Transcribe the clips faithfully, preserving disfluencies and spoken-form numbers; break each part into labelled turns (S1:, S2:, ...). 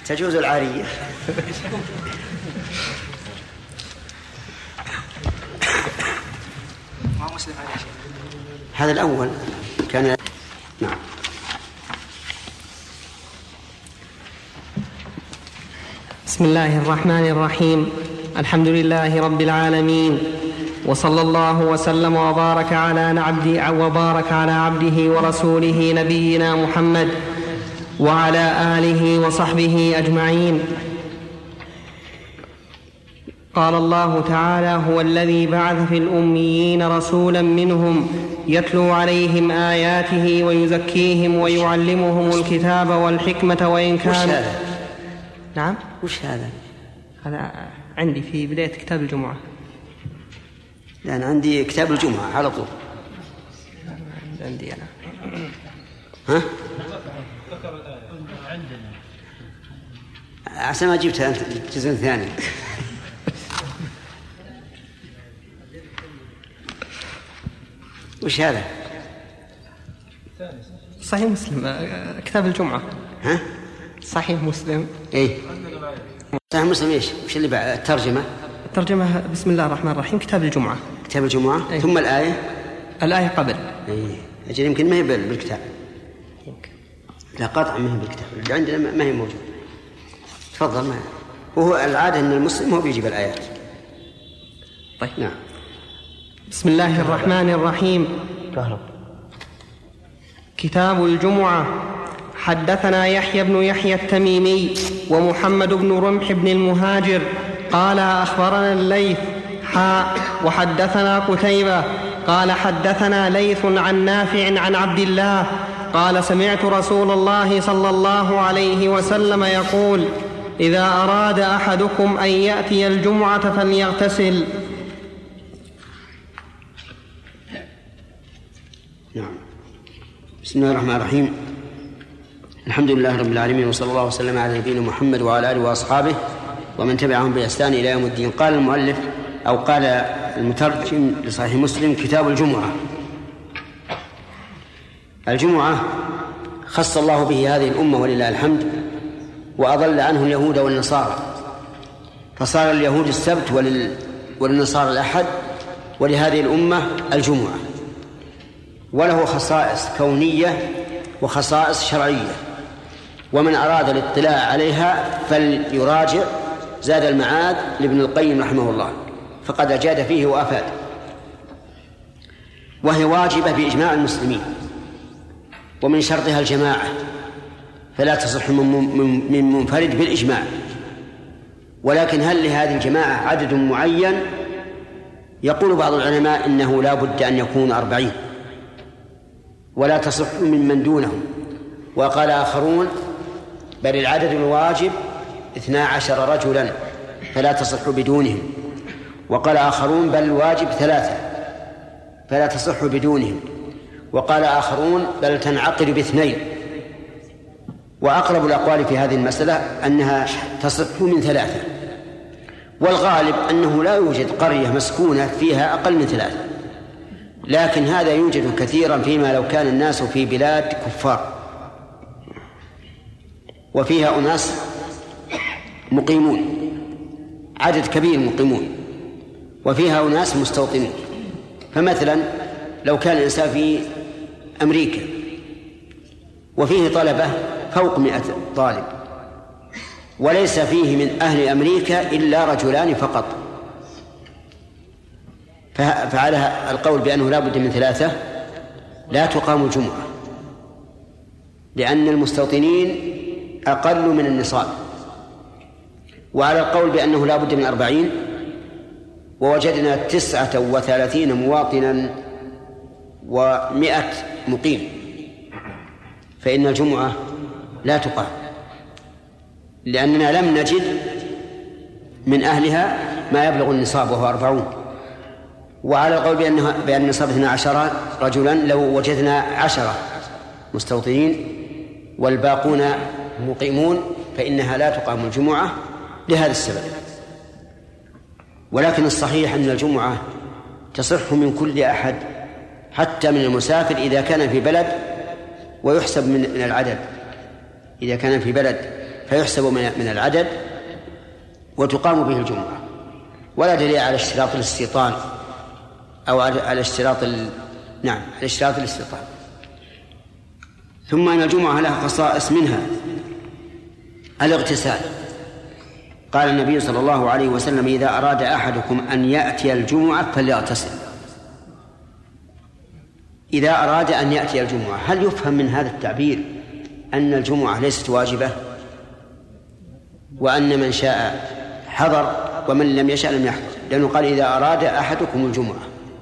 S1: تجوز العارية. هذا الأول كان. نعم.
S2: بسم الله الرحمن الرحيم. الحمد لله رب العالمين، وصلى الله وسلم وبارك على عبده وبارك على عبده ورسوله نبينا محمد وعلى آله وصحبه أجمعين. قال الله تعالى: هو الذي بعث في الأميين رسولا منهم يتلو عليهم آياته ويزكيهم ويعلمهم الكتاب والحكمة وإن كان.
S1: وش هذا؟
S2: نعم.
S1: وش هذا؟
S2: هذا عندي في بداية كتاب الجمعة.
S1: لا، أنا عندي كتاب الجمعة على طول.
S2: عندي أنا.
S1: ها؟ عشان ما جبتها أنت جزء ثاني. وش هذا؟
S2: صحيح مسلم، كتاب الجمعة.
S1: ها؟
S2: صحيح مسلم.
S1: إيه. صحيح مسلم إيش؟ وش اللي بعد الترجمة؟
S2: الترجمة بسم الله الرحمن الرحيم، كتاب الجمعة.
S1: كتاب الجمعة.
S2: أيه.
S1: ثم الآية.
S2: الآية قبل.
S1: إيه. أجل يمكن ما هي بالكتاب. يمكن. لا قطع ما هي بالكتاب. اللي عندنا ما هي موجود. تفضل. ما وهو العادة أن المسلم هو بيجيب الآيات.
S2: طيب.
S1: نعم.
S2: بسم الله الرحمن الرحيم. كتاب الجمعة. حدثنا يحيى بن يحيى التميمي ومحمد بن رمح بن المهاجر قال أخبرنا الليث حاء وحدثنا قتيبة قال حدثنا ليث عن نافع عن عبد الله قال سمعت رسول الله صلى الله عليه وسلم يقول: إذا أراد أحدكم أن يأتي الجمعة فليغتسل.
S1: نعم. بسم الله الرحمن الرحيم. الحمد لله رب العالمين، وصلى الله وسلم على نبينا محمد وعلى آله وأصحابه ومن تبعهم بإحسان إلى يوم الدين. قال المؤلف أو قال المترجم لصحيح مسلم: كتاب الجمعة. الجمعة خص الله به هذه الأمة ولله الحمد، وأضل عنه اليهود والنصارى، فصار اليهود السبت ولل... وللنصارى الأحد، ولهذه الأمة الجمعة، وله خصائص كونية وخصائص شرعية، ومن أراد الاطلاع عليها فليراجع زاد المعاد لابن القيم رحمه الله، فقد أجاد فيه وأفاد. وهي واجبة بإجماع المسلمين، ومن شرطها الجماعة، فلا تصح من منفرد بالإجماع. ولكن هل لهذه الجماعة عدد معين؟ يقول بعض العلماء إنه لا بد أن يكون أربعين، ولا تصح ممن دونهم. وقال آخرون: بل العدد الواجب اثنا عشر رجلا فلا تصح بدونهم. وقال آخرون: بل الواجب ثلاثة فلا تصح بدونهم. وقال آخرون: بل تنعقد باثنين. وأقرب الأقوال في هذه المسألة أنها تصح من ثلاثة، والغالب أنه لا يوجد قرية مسكونة فيها أقل من ثلاثة، لكن هذا يوجد كثيرا فيما لو كان الناس في بلاد كفار وفيها أناس مقيمون، عدد كبير مقيمون، وفيها أناس مستوطنون. فمثلا لو كان الإنسان في أمريكا وفيه طلبة فوق مئة طالب، وليس فيه من أهل أمريكا إلا رجلان فقط، فعلى القول بأنه لا بد من ثلاثة لا تقام الجمعة، لأن المستوطنين أقل من النصاب. وعلى القول بأنه لا بد من أربعين، ووجدنا تسعة وثلاثين مواطنا ومئة مقيم، فإن الجمعة لا تقام، لأننا لم نجد من أهلها ما يبلغ النصاب وهو أربعون. وعلى القول بأنها بأن النصاب اثنا عشر رجلا لو وجدنا عشرة مستوطنين والباقون مقيمون فإنها لا تقام الجمعة لهذا السبب. ولكن الصحيح أن الجمعة تصح من كل أحد، حتى من المسافر إذا كان في بلد ويحسب من العدد، إذا كان في بلد فيحسب من العدد وتقام به الجمعة، ولا دليل على اشتراط الاستيطان أو على اشتراط ال... نعم على اشتراط الاستيطان. ثم أن الجمعة لها خصائص، منها الاغتسال. قال النبي صلى الله عليه وسلم: إذا أراد أحدكم أن يأتي الجمعة فليغتسل. إذا أراد أن يأتي الجمعة، هل يفهم من هذا التعبير أن الجمعة ليست واجبة، وأن من شاء حضر ومن لم يشاء لم يحضر؟ لأنه قال: إذا أراد أحدكم الجمعة.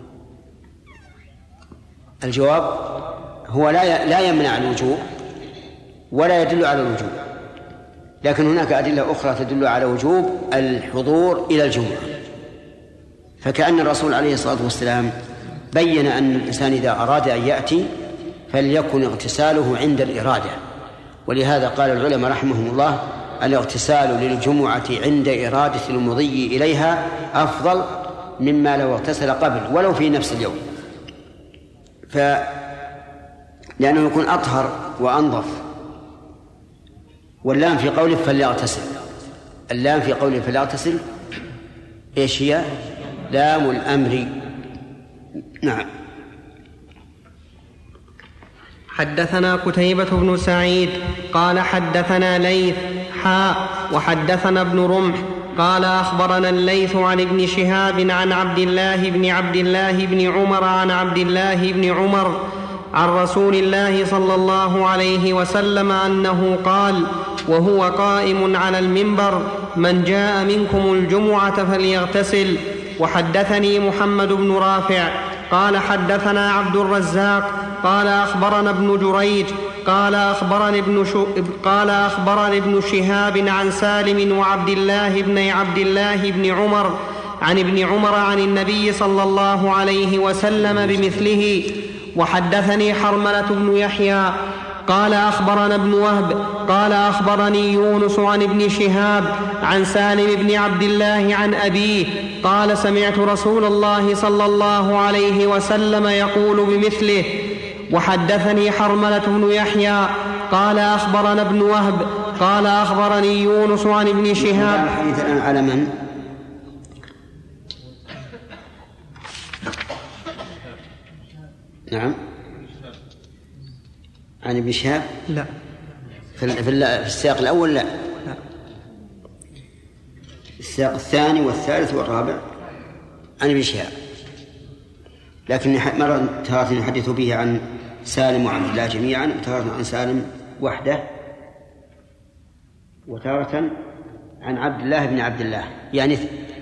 S1: الجواب هو لا لا يمنع الوجوب ولا يدل على الوجوب، لكن هناك أدلة أخرى تدل على وجوب الحضور إلى الجمعة. فكأن الرسول عليه الصلاة والسلام بين أن الإنسان إذا أراد أن يأتي فليكن اغتساله عند الإرادة، ولهذا قال العلماء رحمهم الله: الاغتسال للجمعة عند إرادة المضي إليها أفضل مما لو اغتسل قبل ولو في نفس اليوم، ف... لأنه يكون أطهر وأنظف. واللام في قوله فليغتسل، اللام في قوله فليغتسل إيش هي؟ لام الأمر. نعم.
S2: حدثنا قتيبة بن سعيد قال حدثنا ليث حاء وحدثنا ابن رمح قال أخبرنا الليث عن ابن شهاب عن عبد الله بن عبد الله بن عمر عن عبد الله بن عمر عن رسول الله صلى الله عليه وسلم أنه قال وهو قائم على المنبر: من جاء منكم الجمعة فليغتسل. وحدثني محمد بن رافع قال حدثنا عبد الرزاق قال أخبرنا ابن جريج قال أخبرني ابن, شو... قال أخبرني ابن شهاب عن سالم وعبد الله بن عبد الله بن عمر عن ابن عمر عن النبي صلى الله عليه وسلم بمثله. وحدثني حرملة بن يحيى قال أخبرنا ابن وهب قال أخبرني يونس عن ابن شهاب عن سالم بن عبد الله عن أبيه قال سمعت رسول الله صلى الله عليه وسلم يقول بمثله. وحدثني حرملة بن يحيى قال أخبرنا ابن وهب قال أخبرني يونس عن ابن شهاب.
S1: الحديث الآن على من؟ نعم، عن ابن شهاب؟
S2: لا.
S1: في في السياق الأول لا.
S2: لا.
S1: السياق الثاني والثالث والرابع عن ابن شهاب، لكن مرة تارة يحدث به عن سالم وعبد الله جميعا، وتارة عن سالم وحده، وتارة عن عبد الله بن عبد الله، يعني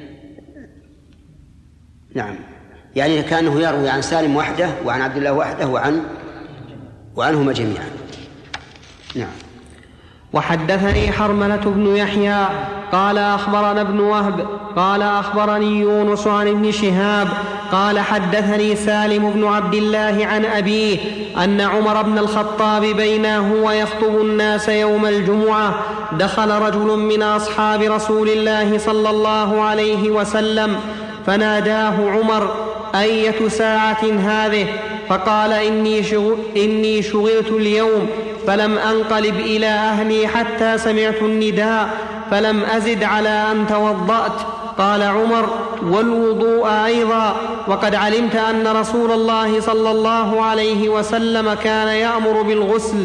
S1: نعم، يعني كأنه يروي عن سالم وحده وعن عبد الله وحده وعن وعنهما جميعا. نعم.
S2: وحدثني حرملة بن يحيى قال أخبرنا ابن وهب قال أخبرني يونس عن ابن شهاب قال حدثني سالم بن عبد الله عن أبيه أن عمر بن الخطاب بينا هو يخطب الناس يوم الجمعة دخل رجل من أصحاب رسول الله صلى الله عليه وسلم فناداه عمر: أية ساعة هذه؟ فقال: إني, شغل إني شغلت اليوم فلم أنقلب إلى أهلي حتى سمعت النداء فلم أزد على أن توضأت. قال عمر: والوضوء أيضا، وقد علمت أن رسول الله صلى الله عليه وسلم كان يأمر بالغسل.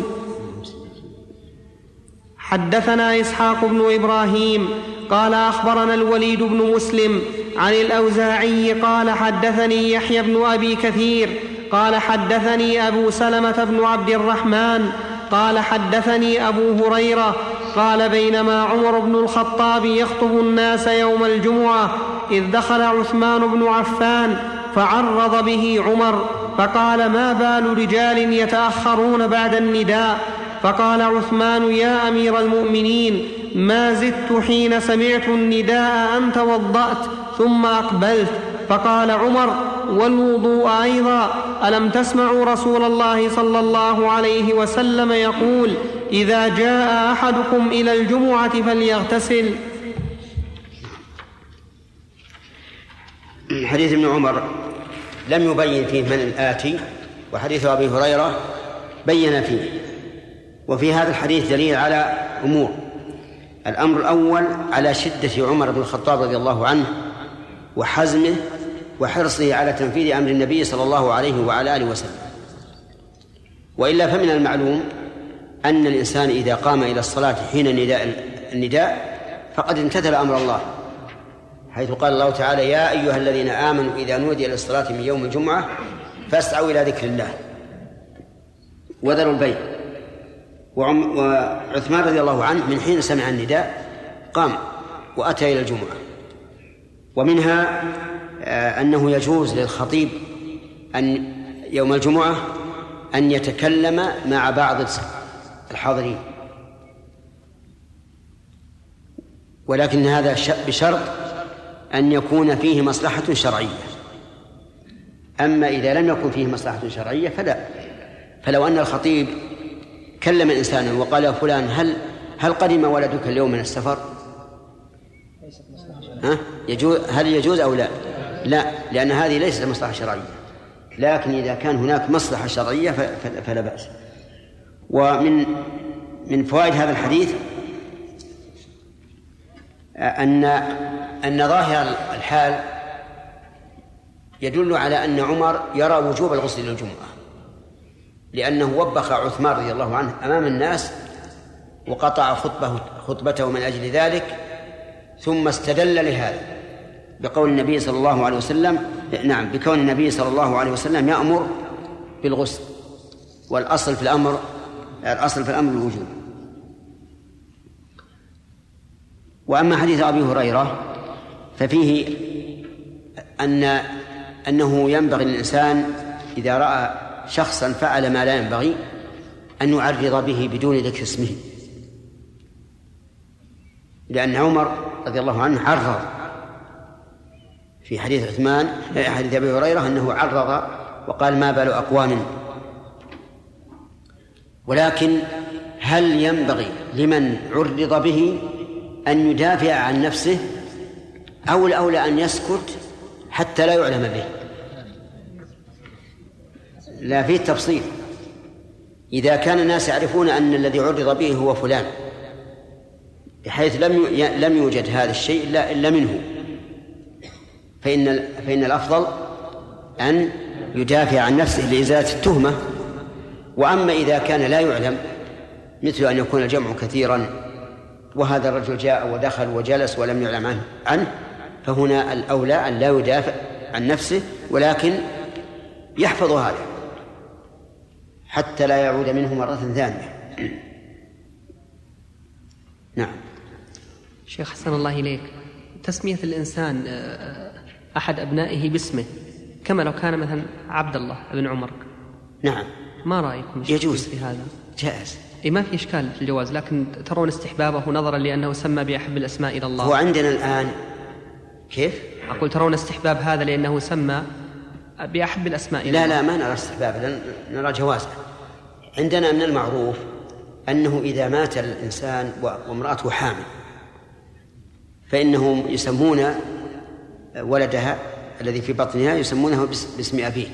S2: حدثنا إسحاق بن إبراهيم قال أخبرنا الوليد بن مسلم عن الأوزاعي قال حدثني يحيى بن أبي كثير قال حدثني أبو سلمة بن عبد الرحمن قال حدثني أبو هريرة قال: بينما عمر بن الخطاب يخطب الناس يوم الجمعة إذ دخل عثمان بن عفان فعرض به عمر فقال: ما بال رجال يتأخرون بعد النداء؟ فقال عثمان: يا أمير المؤمنين، ما زدت حين سمعت النداء أن توضأت ثم أقبلت. فقال عمر: والوضوء أيضا، ألم تسمعوا رسول الله صلى الله عليه وسلم يقول: إذا جاء أحدكم إلى الجمعة فليغتسل؟
S1: حديث ابن عمر لم يبين فيه من الآتي، وحديث أبي هريرة بين فيه. وفي هذا الحديث دليل على أمور: الأمر الأول على شدة عمر بن الخطاب رضي الله عنه وحزمه وحرصه على تنفيذ أمر النبي صلى الله عليه وعلى آله وسلم. وإلا فمن المعلوم أن الإنسان إذا قام إلى الصلاة حين النداء, النداء فقد امتثل أمر الله، حيث قال الله تعالى: يا أيها الذين آمنوا إذا نودي للصلاة من يوم الجمعة فاسعوا إلى ذكر الله وذروا البيع. وعثمان رضي الله عنه من حين سمع النداء قام وأتى إلى الجمعة. ومنها أنه يجوز للخطيب أن يوم الجمعة أن يتكلم مع بعض الحاضرين، ولكن هذا بشرط أن يكون فيه مصلحة شرعية. أما إذا لم يكن فيه مصلحة شرعية فلا. فلو أن الخطيب كلم إنسانا وقال: يا فلان هل هل قدم ولدك اليوم من السفر؟ ها؟ يجوز هل يجوز أو لا؟ لا، لأن هذه ليست مصلحة شرعية. لكن إذا كان هناك مصلحة شرعية فلا بأس. ومن من فوائد هذا الحديث أن أن ظاهر الحال يدل على أن عمر يرى وجوب الغسل للجمعة، لأنه وبخ عثمان رضي الله عنه أمام الناس وقطع خطبه خطبته من أجل ذلك، ثم استدل لهذا بقول النبي صلى الله عليه وسلم نعم بكون النبي صلى الله عليه وسلم يأمر بالغسل، والأصل في الأمر الأصل في الأمر الوجوب. وأما حديث أبي هريرة ففيه أن أنه ينبغي للإنسان إذا رأى شخصا فعل ما لا ينبغي أن يعرض به بدون ذكر اسمه، لأن عمر رضي الله عنه عرض في حديث عثمان حديث أبي هريرة أنه عرض وقال: ما بال أقوام. ولكن هل ينبغي لمن عرض به أن يدافع عن نفسه أو الأولى أن يسكت حتى لا يعلم به؟ لا، فيه تفصيل. إذا كان الناس يعرفون أن الذي عرض به هو فلان بحيث لم لم يوجد هذا الشيء إلا إلا منه، فإن فإن الأفضل أن يدافع عن نفسه لإزالة التهمة. وأما إذا كان لا يعلم، مثل أن يكون الجمع كثيرا وهذا الرجل جاء ودخل وجلس ولم يعلم عنه, عنه فهنا الأولى أن لا يدافع عن نفسه، ولكن يحفظ هذا حتى لا يعود منه مرة ثانية. نعم.
S2: شيخ حسن الله إليك، تسمية الإنسان أحد أبنائه باسمه كما لو كان مثلا عبد الله بن عمر،
S1: نعم،
S2: ما رأيكم
S1: يجوز
S2: في هذا؟
S1: جائز.
S2: إيه، ما في إشكال في الجواز، لكن ترون استحبابه نظرا لأنه سمى بأحب الأسماء إلى الله.
S1: هو عندنا الآن كيف؟
S2: أقول ترون استحباب هذا لأنه سمى بأحب الأسماء إلى
S1: لا
S2: الله.
S1: لا، ما نرى استحباب، نرى جوازه. عندنا من المعروف أنه إذا مات الإنسان وامرأته حامل فإنهم يسمون ولدها الذي في بطنها يسمونه باسم أبيه،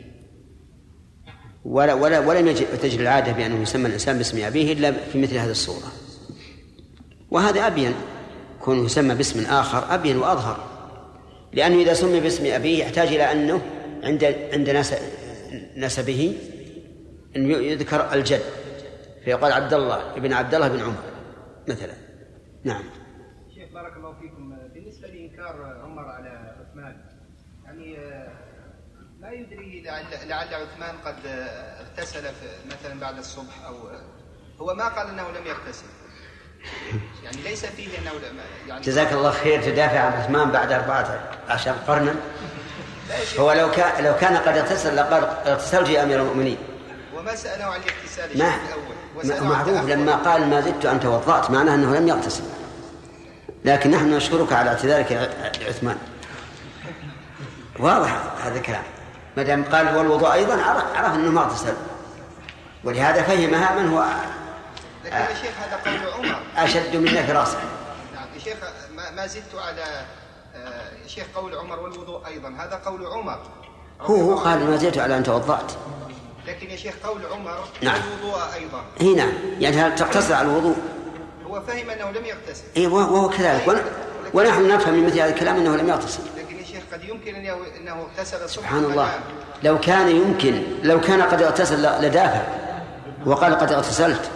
S1: ولا ولا ولم تجري العادة بأنه يسمى الإنسان باسم أبيه إلا في مثل هذه الصورة. وهذا أبين، كونه يسمى باسم آخر أبين وأظهر، لأنه إذا سمي باسم أبيه يحتاج إلى أنه عند عند نسبه أن يذكر الجد، فيقال عبد الله ابن عبد الله بن عمر مثلا. نعم.
S3: شيخ بارك الله فيكم، بالنسبة لإنكار عمر على عثمان، يعني لا يدري لعل, لعل عثمان قد اغتسل مثلا بعد الصبح، أو هو ما قال أنه لم يغتسل، يعني ليس فيه أنه يعني.
S1: جزاك الله خير، تدافع عن عثمان بعد أربعة عشر قرنا. هو لو كان لو كان قد اغتسل لقد اغتسلت يا أمير المؤمنين.
S3: وما سأله عن الاغتسال
S1: الأول معروف، لما قال ما زدت أن توضأت معناه أنه لم يغتسل، لكن نحن نشكرك على اعتذارك يا عثمان. واضح هذا الكلام، ما دام قال والوضوء أيضا عرف, عرف أنه ما اغتسل، ولهذا فهمها من هو.
S3: لكن يا شيخ هذا قول عمر
S1: أشد منا في راسه.
S3: نعم يا شيخ، ما زدت على يا شيخ قول عمر والوضوء أيضا، هذا قول عمر.
S1: هو هو قال ما زدت على أن توضأت،
S3: لكن يا شيخ قول عمر
S1: نعم.
S3: والوضوء أيضا.
S1: هنا يعني هل تقتصر على الوضوء؟
S3: هو هو فهم أنه لم يغتسل.
S1: إيه وهو كذلك، ونحن نفهم من مثل هذا الكلام أنه لم يغتسل.
S3: لكن يا شيخ قد يمكن أنه اغتسل.
S1: سبحان الله، لو كان يمكن لو كان قد اغتسل لدافع وقال قد اغتسلت.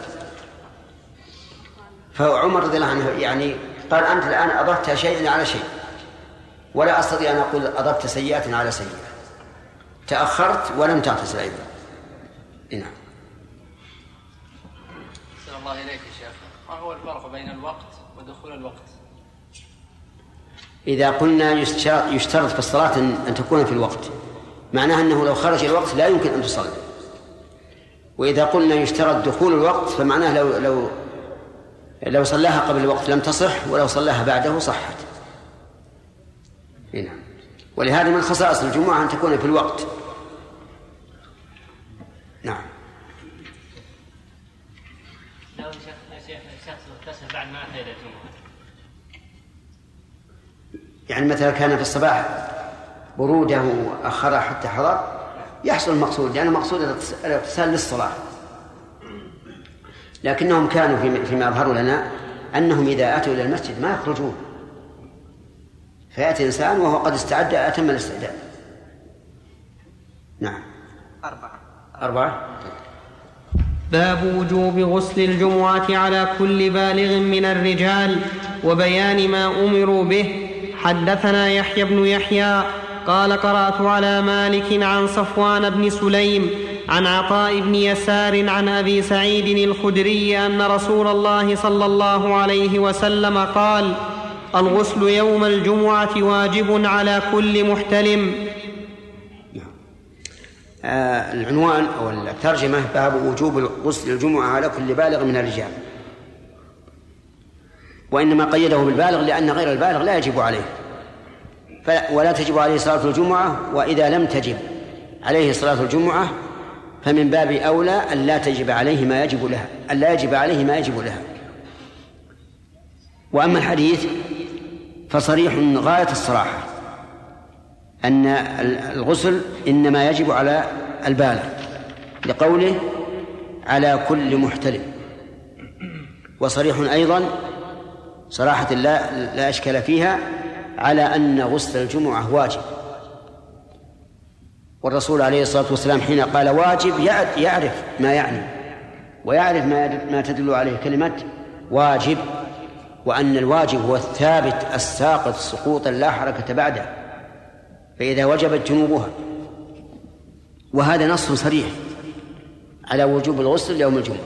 S1: فعمر رضي الله عنه يعني قال أنت الآن أضفت شيئا على شيء، ولا أستطيع أن أقول أضفت سيئة على سيئة، تأخرت ولم تغتسل أيضا. نعم.
S4: أحسن الله إليك يا شيخ، ما هو الفرق بين الوقت ودخول الوقت؟
S1: إذا قلنا يشترط في الصلاة أن تكون في الوقت، معناها أنه لو خرج الوقت لا يمكن أن تصلي. وإذا قلنا يشترط دخول الوقت فمعناه لو لو لو صلاها قبل الوقت لم تصح، ولو صلاها بعده صحت. نعم. ولهذا من خصائص الجمعة أن تكون في الوقت. نعم.
S5: لو شخص اغتسل بعد ما أتى إلى الجمعة،
S1: يعني مثلا كان في الصباح برودة وأخرها حتى حضر، يحصل المقصود، لأن المقصود الاغتسال للصلاة. لكنهم كانوا فيما أظهروا لنا أنهم إذا أتوا إلى المسجد ما يخرجون، فيأتي إنسان وهو قد استعد أتم الاستعداد. نعم.
S3: أربعة
S1: أربعة.
S2: باب وجوب غسل الجمعة على كل بالغ من الرجال وبيان ما أمروا به. حدثنا يحيى بن يحيى قال قرأت على مالك عن صفوان بن سليم عن عطاء بن يسار عن أبي سعيد الخدري أن رسول الله صلى الله عليه وسلم قال: الغسل يوم الجمعة واجب على كل محتلم.
S1: آه العنوان أو الترجمة: باب وجوب غسل الجمعة على كل بالغ من الرجال. وإنما قيده بالبالغ لأن غير البالغ لا يجب عليه، ولا تجب عليه صلاة الجمعة، وإذا لم تجب عليه صلاة الجمعة فمن باب أولى أن لا تجب عليه ما يجب لها أن لا يجب عليه ما يجب لها. وأما الحديث فصريح غاية الصراحة أن الغسل إنما يجب على البالغ، لقوله على كل محتلم. وصريح أيضا صراحة لا, لا أشكال فيها على أن غسل الجمعة واجب. والرسول عليه الصلاة والسلام حين قال واجب يعرف ما يعني، ويعرف ما تدل عليه كلمة واجب، وأن الواجب هو الثابت الساقط سقوطا لا حركة بعده، فإذا وجبت جنوبها. وهذا نص صريح على وجوب الغسل يوم الجمعة.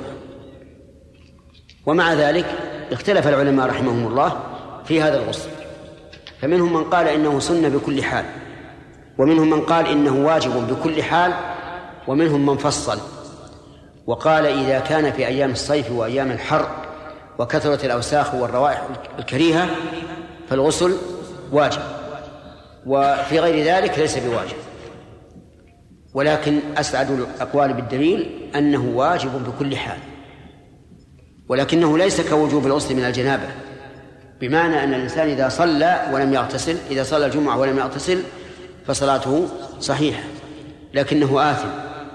S1: ومع ذلك اختلف العلماء رحمهم الله في هذا الغسل، فمنهم من قال إنه سنة بكل حال، ومنهم من قال إنه واجب بكل حال، ومنهم من فصل وقال إذا كان في أيام الصيف وأيام الحر وكثرة الأوساخ والروائح الكريهة فالغسل واجب، وفي غير ذلك ليس بواجب. ولكن أسعد الأقوال بالدليل أنه واجب بكل حال، ولكنه ليس كوجوب الغسل من الجنابة، بمعنى أن الإنسان إذا صلى ولم يغتسل إذا صلى الجمعة ولم يغتسل فصلاته صحيحة، لكنه آثم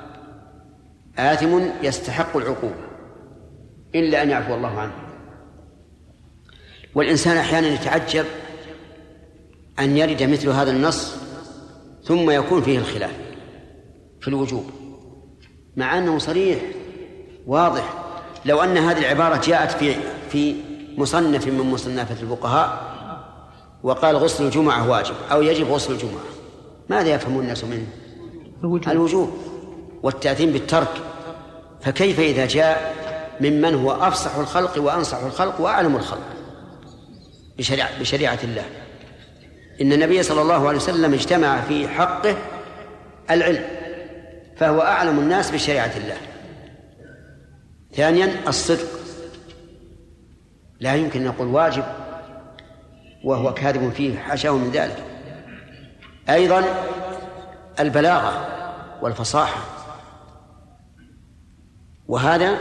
S1: آثم يستحق العقوبة إلا أن يعفو الله عنه. والإنسان أحيانا يتعجب أن يرد مثل هذا النص ثم يكون فيه الخلاف في الوجوب، مع أنه صريح واضح. لو أن هذه العبارة جاءت في في مصنف من مصنفات الفقهاء وقال غسل الجمعة واجب أو يجب غسل الجمعة، ماذا يفهم الناس منه؟ الوجوب, الوجوب والتأثيم بالترك. فكيف إذا جاء ممن هو أفصح الخلق وأنصح الخلق وأعلم الخلق بشريعة, بشريعة الله؟ إن النبي صلى الله عليه وسلم اجتمع في حقه العلم، فهو أعلم الناس بشريعة الله. ثانيا الصدق، لا يمكن أن نقول واجب وهو كاذب فيه، حاشاه من ذلك. أيضا البلاغة والفصاحة، وهذا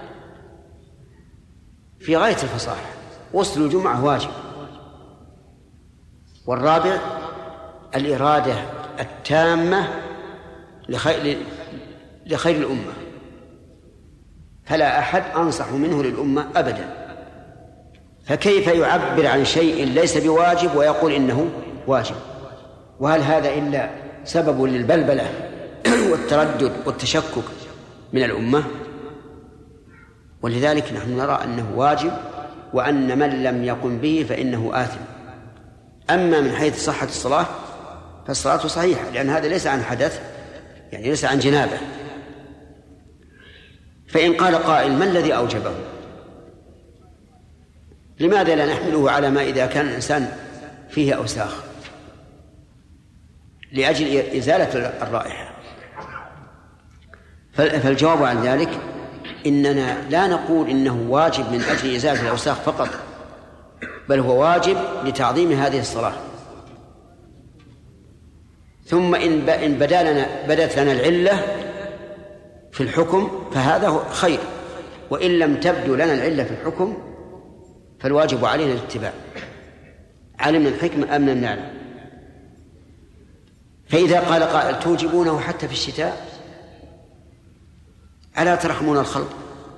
S1: في غاية الفصاحة. غسل الجمعة واجب. والرابع الإرادة التامة لخير, لخير الأمة، فلا أحد أنصح منه للأمة أبدا فكيف يعبر عن شيء ليس بواجب ويقول إنه واجب؟ وهل هذا إلا سبب للبلبلة والتردد والتشكك من الأمة؟ ولذلك نحن نرى أنه واجب، وأن من لم يقم به فإنه آثم. أما من حيث صحة الصلاة فالصلاة صحيحة، لأن هذا ليس عن حدث، يعني ليس عن جنابة. فإن قال قائل: ما الذي أوجبه؟ لماذا لا نحمله على ما إذا كان الإنسان فيه أوساخ لأجل إزالة الرائحة؟ فالجواب عن ذلك إننا لا نقول إنه واجب من أجل إزالة الأوساخ فقط، بل هو واجب لتعظيم هذه الصلاة. ثم إن بدا لنا بدت لنا العلة في الحكم فهذا خير، وإن لم تبدو لنا العلة في الحكم فالواجب علينا الاتباع، علمنا الحكمة أم لم نعلم. فإذا قال قائل: توجبونه حتى في الشتاء، ألا ترحمون الخلق؟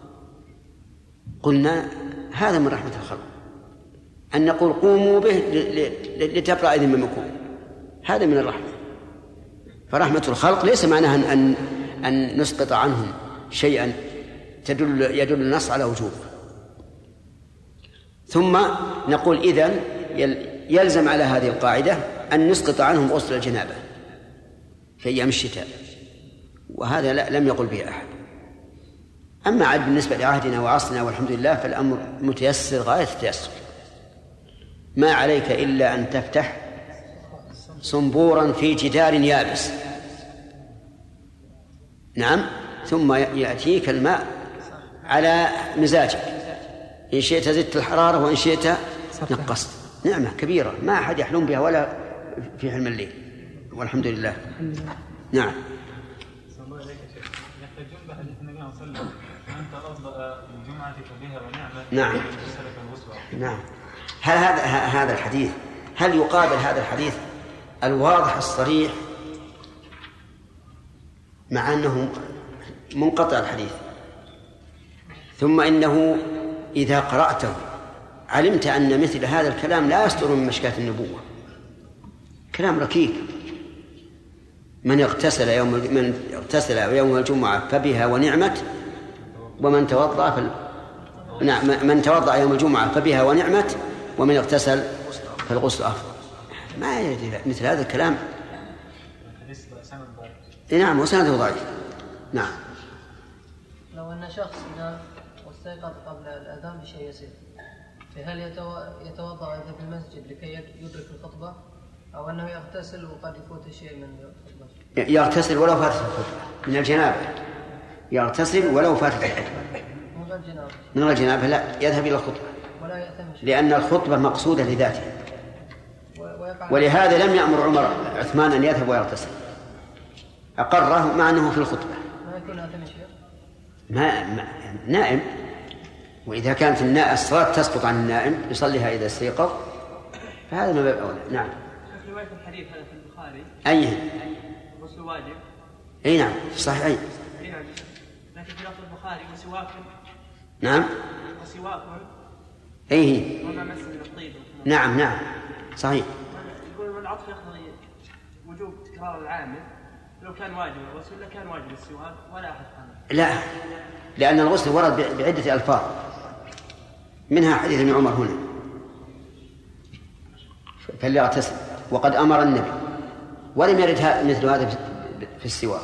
S1: قلنا: هذا من رحمة الخلق أن نقول قوموا به لتبرأ ذممكم، هذا من الرحمة. فرحمة الخلق ليس معناها أن أن نسقط عنهم شيئا تدل يدل النص على وجوبه. ثم نقول: إذن يلزم على هذه القاعدة أن نسقط عنهم غسل الجنابة في أيام الشتاء، وهذا لا لم يقل به أحد. أما عاد بالنسبة لعهدنا وعصرنا والحمد لله فالأمر متيسر غاية التيسر. ما عليك إلا أن تفتح صنبورا في جدار يابس، نعم، ثم يأتيك الماء على مزاجك، إن شئت زدت الحرارة وإن شئت نقصت. نعمة كبيرة ما أحد يحلم بها ولا في حلم الليل، والحمد لله. نعم. نعم. نعم. هل هذا هذا الحديث هل يقابل هذا الحديث الواضح الصريح مع أنه منقطع الحديث؟ ثم إنه إذا قرأته علمت أن مثل هذا الكلام لا يصدر من مشكاة النبوة، كلام ركيك. من اغتسل يوم من اغتسل يوم الجمعة فبها ونعمت، ومن توضأ فال... نعم من توضأ يوم الجمعة فبها ونعمت، ومن اغتسل فالغسل أفضل. ما يدري مثل هذا الكلام. نعم وسنده ضعيف. نعم.
S6: لو أن شخص نام واستيقظ قبل الأذان بشيء يسير، فهل يتوضأ إذا في المسجد لكي يدرك الخطبة، أو أنه يغتسل وقد يفوت شيء من الخطبة؟
S1: يغتسل ولو فاتت الخطبة من الجنابة، يغتسل ولو فاتت الخطبة
S6: من غير جنابة.
S1: من غير جنابة لا، يذهب إلى الخطبة
S6: ولا يأتم شيء،
S1: لأن الخطبة مقصودة لذاتها. ولهذا لم يأمر عمر عثمان أن يذهب ويغتسل، أقره مع أنه في الخطبة.
S6: ما يكون آثم شيء؟
S1: ما نائم، وإذا كانت الصلاة تسقط عن النائم يصليها إذا استيقظ فهذا ما باب أولى. نعم.
S5: في رواية الحديث هذا في البخاري
S1: أيه
S5: غسل واجب.
S1: أي نعم في الصحيحين.
S5: أي نعم، لكن في لفظ البخاري وسواك.
S1: نعم.
S5: وسواك.
S1: أيه.
S5: وما مس من الطيب.
S1: نعم نعم صحيح.
S5: يقول العطف يقتضي وجوب تكرار العامل، لو كان واجب الغسل لكان واجب السواك ولا أحد قال.
S1: لا، لأن الغسل ورد بعدة ألفاظ، منها حديث ابن عمر هنا فليغتسل، وقد أمر النبي، ولم يرد مثل هذا في السواك.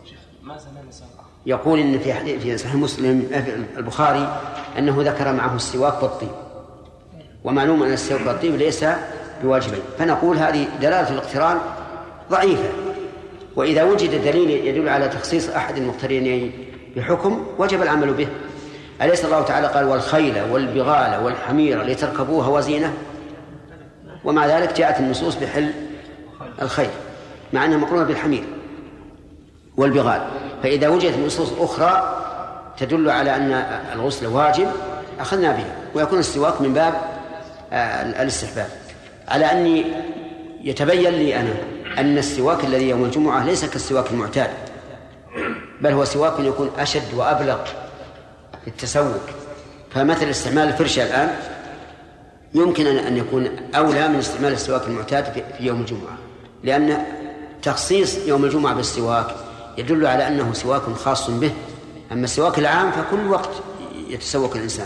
S1: يقول إن في حديث في صحيح مسلم في البخاري أنه ذكر معه السواك والطيب، ومعلوم أن السواك والطيب ليس بواجبين، فنقول هذه دلالة الاقتران ضعيفة. وإذا وجد دليل يدل على تخصيص أحد المقترنين بحكم وجب العمل به. أليس الله تعالى قال: والخيل والبغال والحمير لتركبوها وزينة؟ ومع ذلك جاءت النصوص بحل الخيل مع أنها مقرونة بالحمير والبغال. فإذا وجدت نصوص أخرى تدل على أن الغسل واجب أخذنا بها، ويكون السواك من باب الاستحباب. على أني يتبين لي أنا أن السواك الذي يوم الجمعة ليس كالسواك المعتاد، بل هو سواك يكون أشد وأبلغ في التسوق. فمثل استعمال الفرشة الآن يمكن أن يكون أولى من استعمال السواك المعتاد في يوم الجمعة، لأن تخصيص يوم الجمعة بالسواك يدل على أنه سواك خاص به. أما السواك العام فكل وقت يتسوك الإنسان.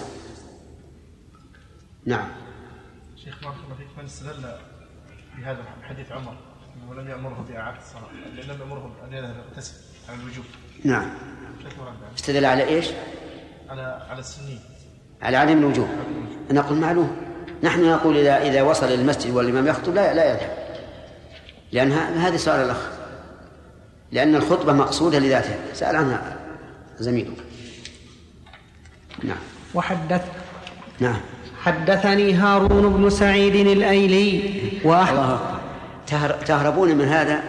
S1: نعم.
S7: شيخ بارك الله فيك، من استدل بهذا حديث عمر ولم يأمره بإعادة الصلاة لأنه يأمره أن يذهب يغتسل على الوجوب؟
S1: نعم. استدل على إيش؟
S7: على على السنين،
S1: على عدم الوجوب. نقول معلوم، نحن نقول إذا إذا وصل إلى المسجد والإمام يخطب لا لا يذهب، لأن هذا سؤال الأخ، لأن الخطبة مقصودة لذاتها، سأل عنها زميلك. نعم.
S2: وحدث
S1: نعم
S2: حدثني هارون بن سعيد الأيلي وأحمد.
S1: تهربون من هذا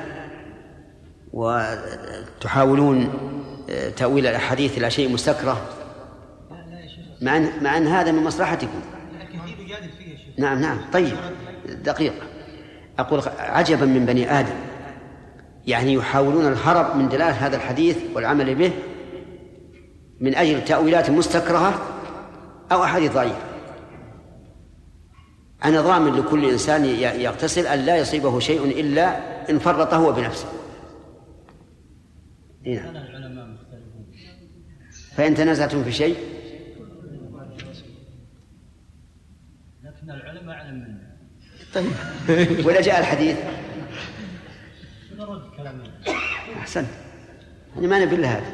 S1: وتحاولون تأويل الأحاديث إلى شيء مستكره، مع أن مع أن هذا من مصلحتكم. نعم نعم. طيب دقيقة، أقول عجبا من بني آدم، يعني يحاولون الهرب من دلالة هذا الحديث والعمل به من أجل تأويلات مستكرهة أو أحاديث ضعيفة. أنا ضامن لكل إنسان يغتسل أن لا يصيبه شيء إلا إن فرط هو بنفسه. هنا. فإن تنازعتم في شيء
S8: لكن العلماء أعلم منه.
S1: طيب ولا جاء الحديث
S8: نرد كلامه.
S1: أحسن، أنا ما نبي هذا.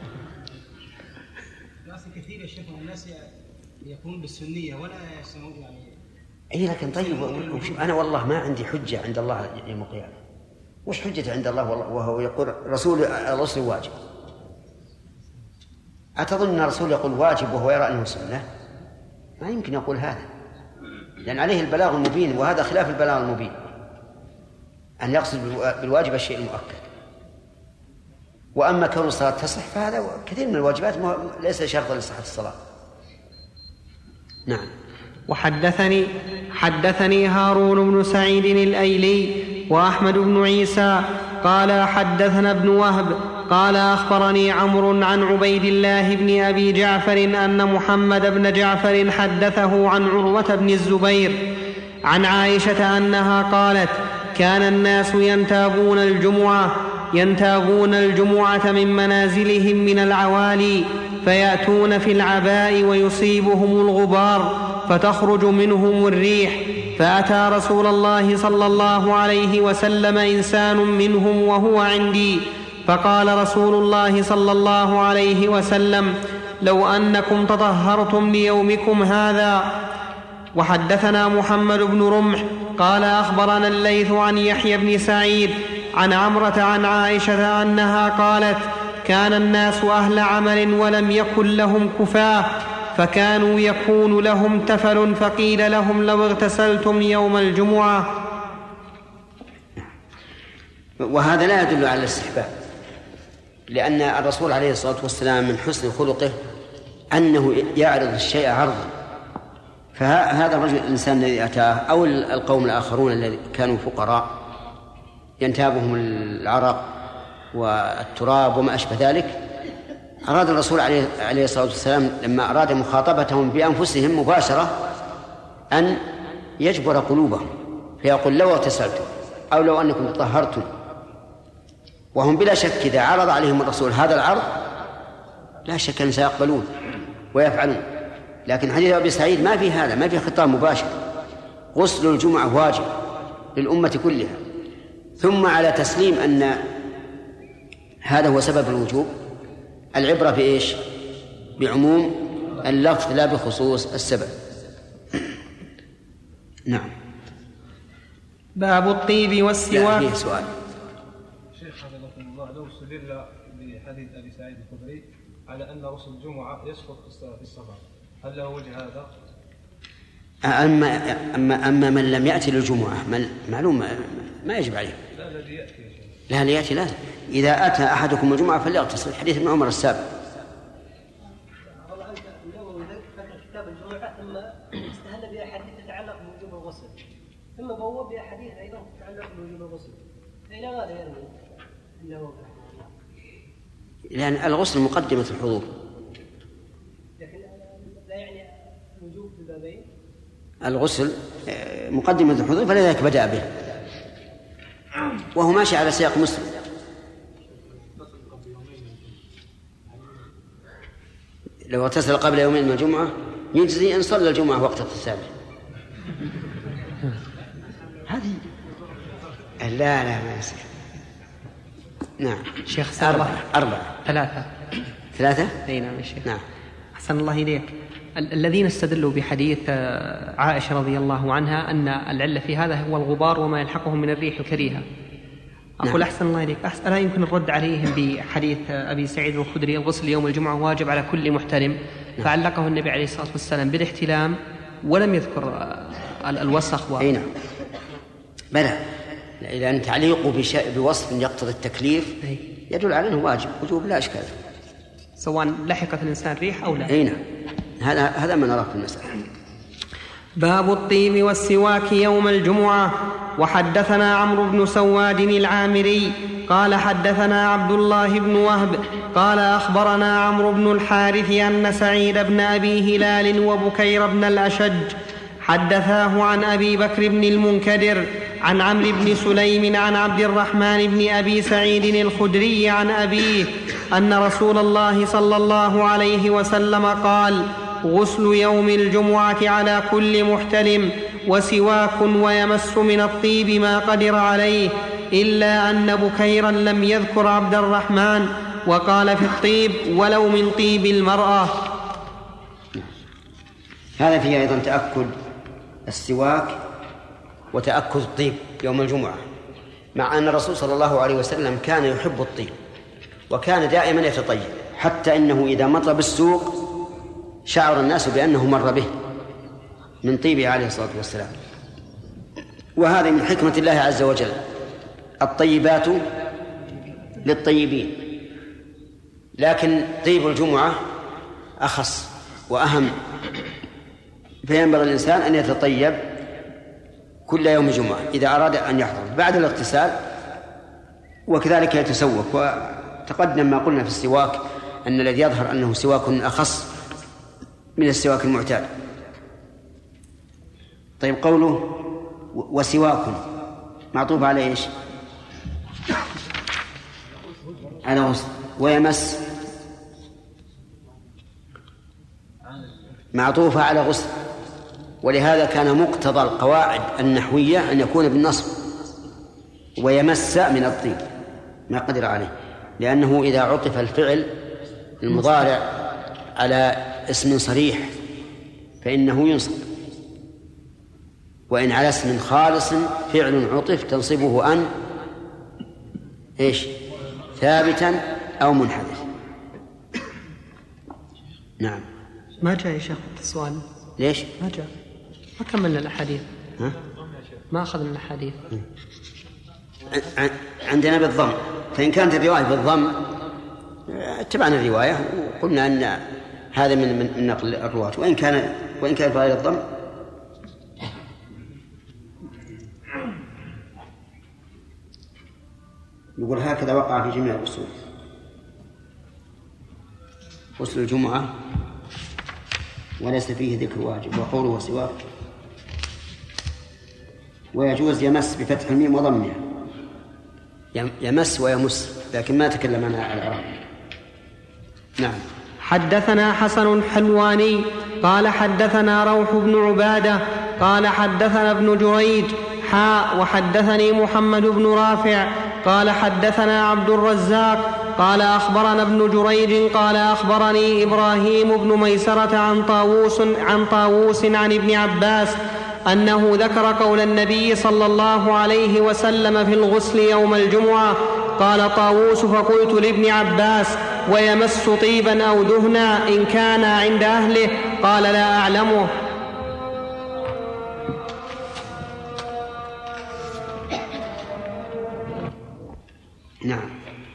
S9: ناس كثير يا شيخ، الناس يكونون بالسنية ولا يسمعون يعني.
S1: إيه لكن طيب، أنا والله ما عندي حجة عند الله يوم القيامة. وش حجة عند الله وهو يقول رسول الرسل واجب؟ أتظن أن الرسول يقول واجب وهو يرى أنه سنة؟ ما يمكن يقول هذا، لأن عليه البلاغ المبين، وهذا خلاف البلاغ المبين، أن يقصد بالواجب الشيء المؤكد. وأما كون الصلاة تصح فهذا كثير من الواجبات ليس شرطا لصحة الصلاة. نعم.
S2: وحدثني حدثني هارون بن سعيد الأيلي وأحمد بن عيسى قال حدثنا ابن وهب قال أخبرني عمرو عن عبيد الله بن أبي جعفر أن محمد بن جعفر حدثه عن عروة بن الزبير عن عائشة أنها قالت: كان الناس ينتابون الجمعة ينتابون الجمعة من منازلهم من العوالي، فيأتون في العباء ويصيبهم الغبار فتخرج منهم الريح، فأتى رسول الله صلى الله عليه وسلم إنسان منهم وهو عندي، فقال رسول الله صلى الله عليه وسلم: لو أنكم تطهرتم ليومكم هذا. وحدثنا محمد بن رمح قال أخبرنا الليث عن يحيى بن سعيد عن عمرة عن عائشة أنها قالت: كان الناس أهل عمل ولم يكن لهم كفاة، فكانوا يكون لهم تفل، فقيل لهم: لو اغتسلتم يوم الجمعة.
S1: وهذا لا يدل على الاستحباب، لأن الرسول عليه الصلاة والسلام من حسن خلقه أنه يعرض الشيء عرضا. فهذا الرجل الإنسان الذي أتاه أو القوم الآخرون الذين كانوا فقراء ينتابهم العرق والتراب وما أشبه ذلك، أراد الرسول عليه الصلاة والسلام لما أراد مخاطبتهم بأنفسهم مباشرة أن يجبر قلوبهم، فيقول: لو اغتسلتم أو لو أنكم تطهرتم. وهم بلا شك إذا عرض عليهم الرسول هذا العرض لا شك أن سيقبلون ويفعلون. لكن حديث أبي سعيد ما في هذا، ما في خطاب مباشر. غسل الجمعة واجب للأمة كلها. ثم على تسليم أن هذا هو سبب الوجوب، العبرة بإيش؟ بعموم اللفظ لا بخصوص السبب. نعم.
S2: باب الطيب والسواك.
S1: فيه سؤال.
S7: شيخ حفظكم الله، لو استدل بحديث أبي سعيد الخدري على أن غسل الجمعة يسقط في السفر، هل له وجه هذا؟
S1: أما أما أما من لم يأتي للجمعة معلوم ما يجب عليه.
S7: لا الذي يأتي.
S1: لا اللي يأتي لازم. إذا أتى أحدكم الجمعة فليغتسل، حديث ابن عمر السابق.
S6: والله أنت اليوم ذكر كتاب الجمعة ثم استهل بأحاديث تتعلق بوجوب الغسل، ثم بوب بأحاديث أيضا تتعلق بوجوب الغسل، فإلى ماذا يرمي؟ إنه
S1: لأن الغسل مقدمة الحضور.
S6: لكن لا يعني الوجوب في البابين.
S1: الغسل مقدمة الحضور فلذلك بدأ به، وهو ماشي على سياق مسلم. لو اغتسل قبل يومين من الجمعة يجزي إن صلى الجمعة وقت التسابع. هذه لا لا ما يصير. نعم
S2: شيخ
S1: أربعة أربعة
S2: ثلاثة
S1: ثلاثة
S2: أي نعم يا شيخ.
S1: نعم.
S2: أحسن الله إليك. الذين استدلوا بحديث عائشة رضي الله عنها أن العلة في هذا هو الغبار وما يلحقهم من الريح الكريهة، أقول نعم. أحسن الله إليك، ألا يمكن الرد عليهم بحديث أبي سعيد الخدري الغسل يوم الجمعة واجب على كل محتلم، نعم. فعلقه النبي عليه الصلاة والسلام بالاحتلام ولم يذكر الوسخ و...
S1: أي نعم بلى، لأن تعليقه بوصف يقتضي التكليف يدل على أنه واجب وجوب لا إشكال،
S2: سواء لحقت الإنسان ريح أو لا.
S1: أي نعم، هذا هذا ما نراه في المسألة.
S2: باب الطيب والسواك يوم الجمعة. وحدثنا عمرو بن سواد العامري قال حدثنا عبد الله بن وهب قال أخبرنا عمرو بن الحارث أن سعيد بن أبي هلال وبكير بن الأشج حدثاه عن أبي بكر بن المنكدر عن عمرو بن سليم عن عبد الرحمن بن أبي سعيد الخدري عن أبيه أن رسول الله صلى الله عليه وسلم قال: غسل يوم الجمعة على كل محتلم، وسواك ويمس من الطيب ما قدر عليه، إلا أن بكيرا لم يذكر عبد الرحمن وقال في الطيب ولو من طيب المرأة.
S1: هذا فيه أيضا تأكد السواك وتأكد الطيب يوم الجمعة، مع أن الرسول صلى الله عليه وسلم كان يحب الطيب وكان دائما يتطيب، حتى إنه إذا مر بالسوق شعر الناس بأنه مر به من طيبه عليه الصلاة والسلام. وهذا من حكمة الله عز وجل، الطيبات للطيبين، لكن طيب الجمعة أخص وأهم، فينبغي الإنسان أن يتطيب كل يوم جمعة إذا أراد أن يحضر بعد الاغتسال، وكذلك يتسوك. وتقدم ما قلنا في السواك أن الذي يظهر أنه سواك أخص من السواك المعتاد. طيب قوله وسواك معطوف على إيش؟ على غسل. ويمس معطوفة على غسل، ولهذا كان مقتضى القواعد النحوية أن يكون بالنصب، ويمس من الطيب ما قدر عليه، لأنه إذا عطف الفعل المضارع على اسم صريح فإنه ينصب، وإن على اسم خالص فعل عطف تنصبه أن إيش؟ ثابتا أو منحدث. نعم.
S2: ما جاء يا شيخ السؤال.
S1: ليش؟
S2: ما جاء، ما كملنا الأحاديث.
S1: ها؟
S2: ما أخذنا الأحاديث.
S1: عندنا بالضم، فإن كانت الرواية بالضم اتبعنا الرواية وقلنا أن هذا من من نقل الرواة، وإن كان وإن كانت بغير الضم يقول هكذا وقع في جميع الأصول. غسل الجمعة وليس فيه ذكر واجب، وقوله وسواك. ويجوز يمس بفتح الميم وضمها، يمس ويمس، لكن ما تكلم عنها العرب. نعم.
S2: حدثنا حسن الحلواني قال حدثنا روح بن عبادة قال حدثنا ابن جريج حاء وحدثني محمد بن رافع قال حدثنا عبد الرزاق قال أخبرنا ابن جريج قال أخبرني إبراهيم بن ميسرة عن طاووس عن طاووس عن ابن عباس أنه ذكر قول النبي صلى الله عليه وسلم في الغسل يوم الجمعة. قال طاووس فقلت لابن عباس: ويمس طيبا أو دهنا إن كان عند أهله؟ قال: لا أعلمه.
S1: نعم.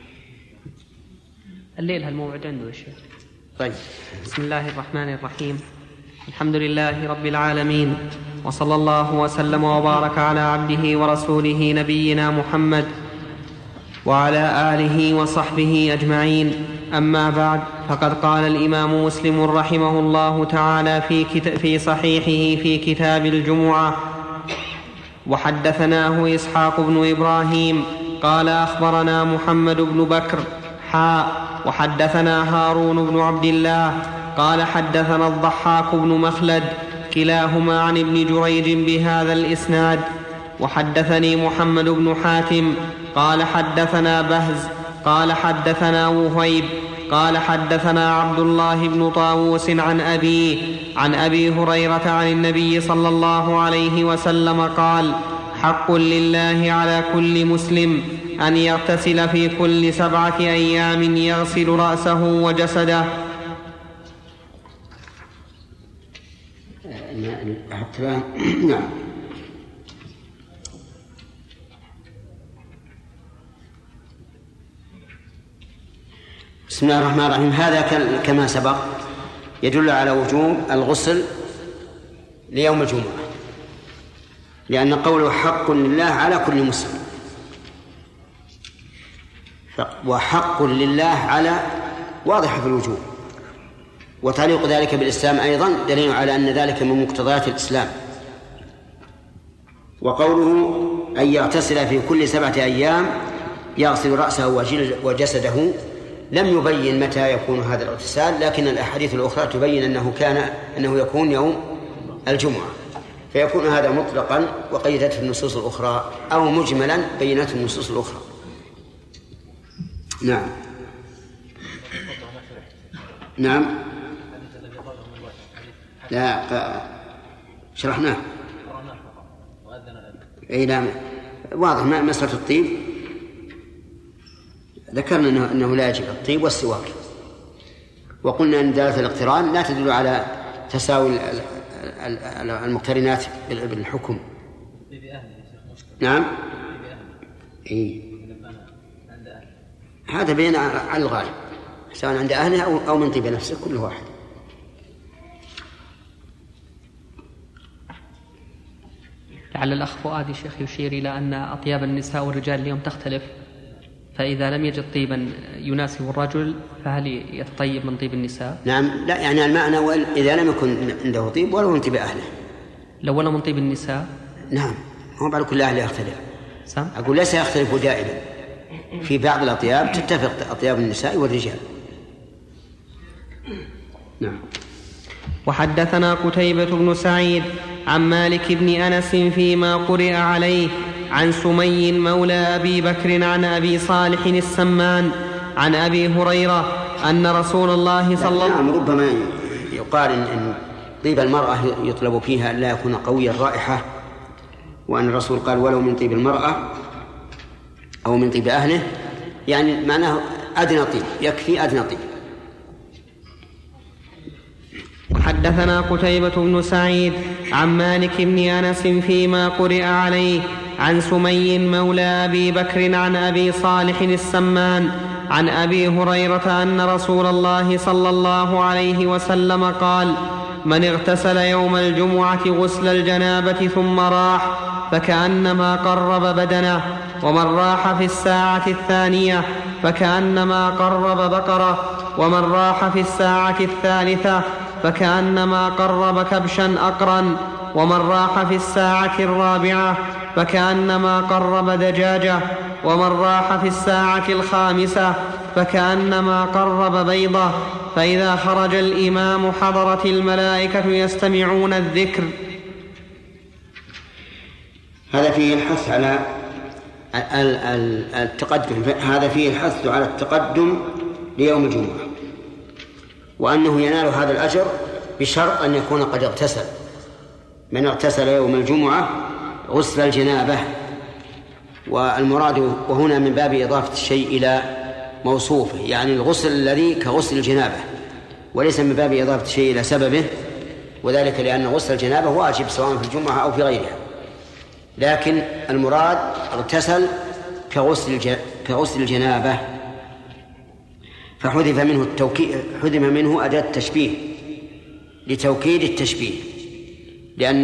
S2: الليل هالموعد عنده يا شيخ.
S1: طيب.
S2: بسم الله الرحمن الرحيم. الحمد لله رب العالمين، وصلى الله وسلم وبارك على عبده ورسوله نبينا محمد وعلى آله وصحبه أجمعين. أما بعد، فقد قال الإمام مسلم رحمه الله تعالى في, في صحيحه في كتاب الجمعة: وحدثناه إسحاق بن إبراهيم قال أخبرنا محمد بن بكر حاء وحدثنا هارون بن عبد الله قال حدثنا الضحاك بن مخلد كلاهما عن ابن جريج بهذا الإسناد. وحدثني محمد بن حاتم قال حدثنا بهز قال حدثنا وهيب قال حدثنا عبد الله بن طاووس عن أبيه عن أبي هريرة عن النبي صلى الله عليه وسلم قال: حق لله على كل مسلم أن يغتسل في كل سبعة أيام يغسل رأسه وجسده.
S1: نعم. بسم الله الرحمن الرحيم. هذا كما سبق يدل على وجوب الغسل ليوم الجمعة، لأن قوله حق لله على كل مسلم، وحق لله على واضح في الوجوب، وتعليق ذلك بالإسلام أيضا دليل على أن ذلك من مقتضيات الإسلام. وقوله أن يغتسل في كل سبعة أيام يغسل رأسه وجسده لم يبين متى يكون هذا الاغتسال، لكن الأحاديث الأخرى تبين أنه كان أنه يكون يوم الجمعة، فيكون هذا مطلقا وقيدته النصوص الأخرى، أو مجملا بينته النصوص الأخرى. نعم. نعم. لا شرحناه. أي نعم واضح. مسألة الطيب ذكرنا أنه, أنه لا يجب الطيب والسواك، وقلنا أن دلالة الاقتران لا تدل على تساوي المقترنات بالحكم. نعم. إيه. هذا بين على الغالب، سواء عند أهله أو, أو من طيب نفسه، كل واحد.
S10: لعل الأخ فؤاد الشيخ يشير إلى أن أطياب النساء والرجال اليوم تختلف، فإذا لم يجد طيبا يناسب الرجل فهل يتطيب من طيب النساء؟
S1: نعم. لا يعني المعنى إذا لم يكن عنده طيب ولو من طيب أهله.
S10: لو ولا من طيب النساء؟
S1: نعم. هو بعد كل أهل يختلف.
S10: سم؟
S1: أقول ليس يختلف دائما، في بعض الأطياب تتفق أطياب النساء والرجال. نعم.
S2: وحدثنا قتيبة بن سعيد عن مالك بن أنس فيما قرئ عليه عن سمي مولى أبي بكر عن أبي صالح السمان عن أبي هريرة أن رسول الله صلى الله عليه وسلم.
S1: نعم. ربما يقال إن طيب المرأة يطلب فيها أن لا يكون قوي الرائحة، وأن الرسول قال ولو من طيب المرأة أو من طيب أهله، يعني معناه أدنى طيب، يكفي أدنى طيب.
S2: حدثنا قتيبة بن سعيد عن مالك بن أنس فيما قرئ عليه عن سمي مولى أبي بكر عن أبي صالح السمان عن أبي هريرة أن رسول الله صلى الله عليه وسلم قال: من اغتسل يوم الجمعة غسل الجنابة ثم راح فكأنما قرب بدنه، ومن راح في الساعة الثانية فكأنما قرب بقرة، ومن راح في الساعة الثالثة فكأنما قرب كبشا أقرا، ومن راح في الساعة الرابعة فكأنما قرب دجاجة، ومن راح في الساعة الخامسة فكأنما قرب بيضة. فإذا خرج الإمام حضرت الملائكة يستمعون الذكر.
S1: هذا فيه الحث على التقدم، هذا فيه الحث على التقدم ليوم الجمعة، وأنه ينال هذا الأجر بشرط أن يكون قد اغتسل. من اغتسل يوم الجمعة غسل الجنابة، والمراد وهنا من باب إضافة الشيء إلى موصوفه، يعني الغسل الذي كغسل الجنابة، وليس من باب إضافة الشيء إلى سببه، وذلك لأن غسل الجنابة واجب سواء في الجمعة أو في غيرها، لكن المراد اغتسل كغسل كغسل الجنابة، فحذف منه التوكيد، حذف منه أداة التشبيه لتوكيد التشبيه، لأن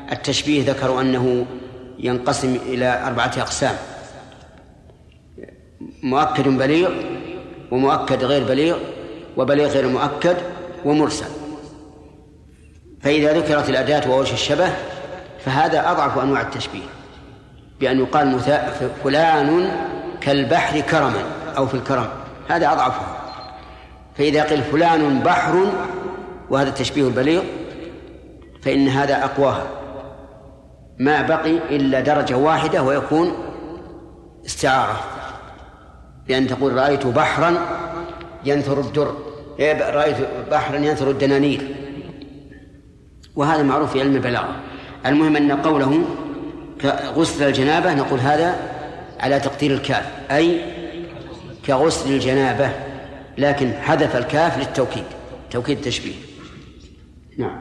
S1: التشبيه ذكروا أنه ينقسم إلى أربعة أقسام: مؤكد بليغ ومؤكد غير بليغ وبليغ غير مؤكد ومرسل. فإذا ذكرت الأداة ووجه الشبه فهذا أضعف أنواع التشبيه، بأن يقال فلان كالبحر كرما أو في الكرم، هذا أضعفه. فإذا قيل فلان بحر وهذا التشبيه البليغ فإن هذا أقواها، ما بقي إلا درجة واحدة ويكون استعارة، بأن تقول رأيت بحرا ينثر الدر، رأيت بحرا ينثر الدنانير، وهذا معروف في علم البلاغة. المهم أن قوله كغسل الجنابة نقول هذا على تقدير الكاف، أي كغسل الجنابة، لكن حذف الكاف للتوكيد، توكيد التشبيه. نعم.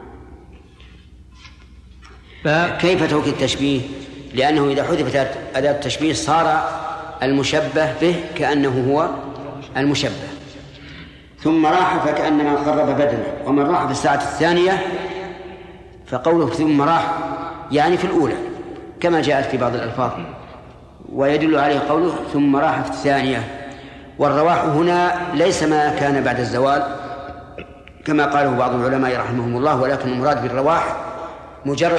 S1: كيف توكيد التشبيه؟ لأنه إذا حذفت أداة التشبيه صار المشبه به كأنه هو المشبه. ثم راح فكأنما قرب بدنه، ومن راح في الساعة الثانية فقوله ثم راح يعني في الأولى كما جاءت في بعض الألفاظ، ويدل عليه قوله ثم راح في الثانية. والرواح هنا ليس ما كان بعد الزوال كما قاله بعض العلماء رحمهم الله، ولكن المراد بالرواح مجرد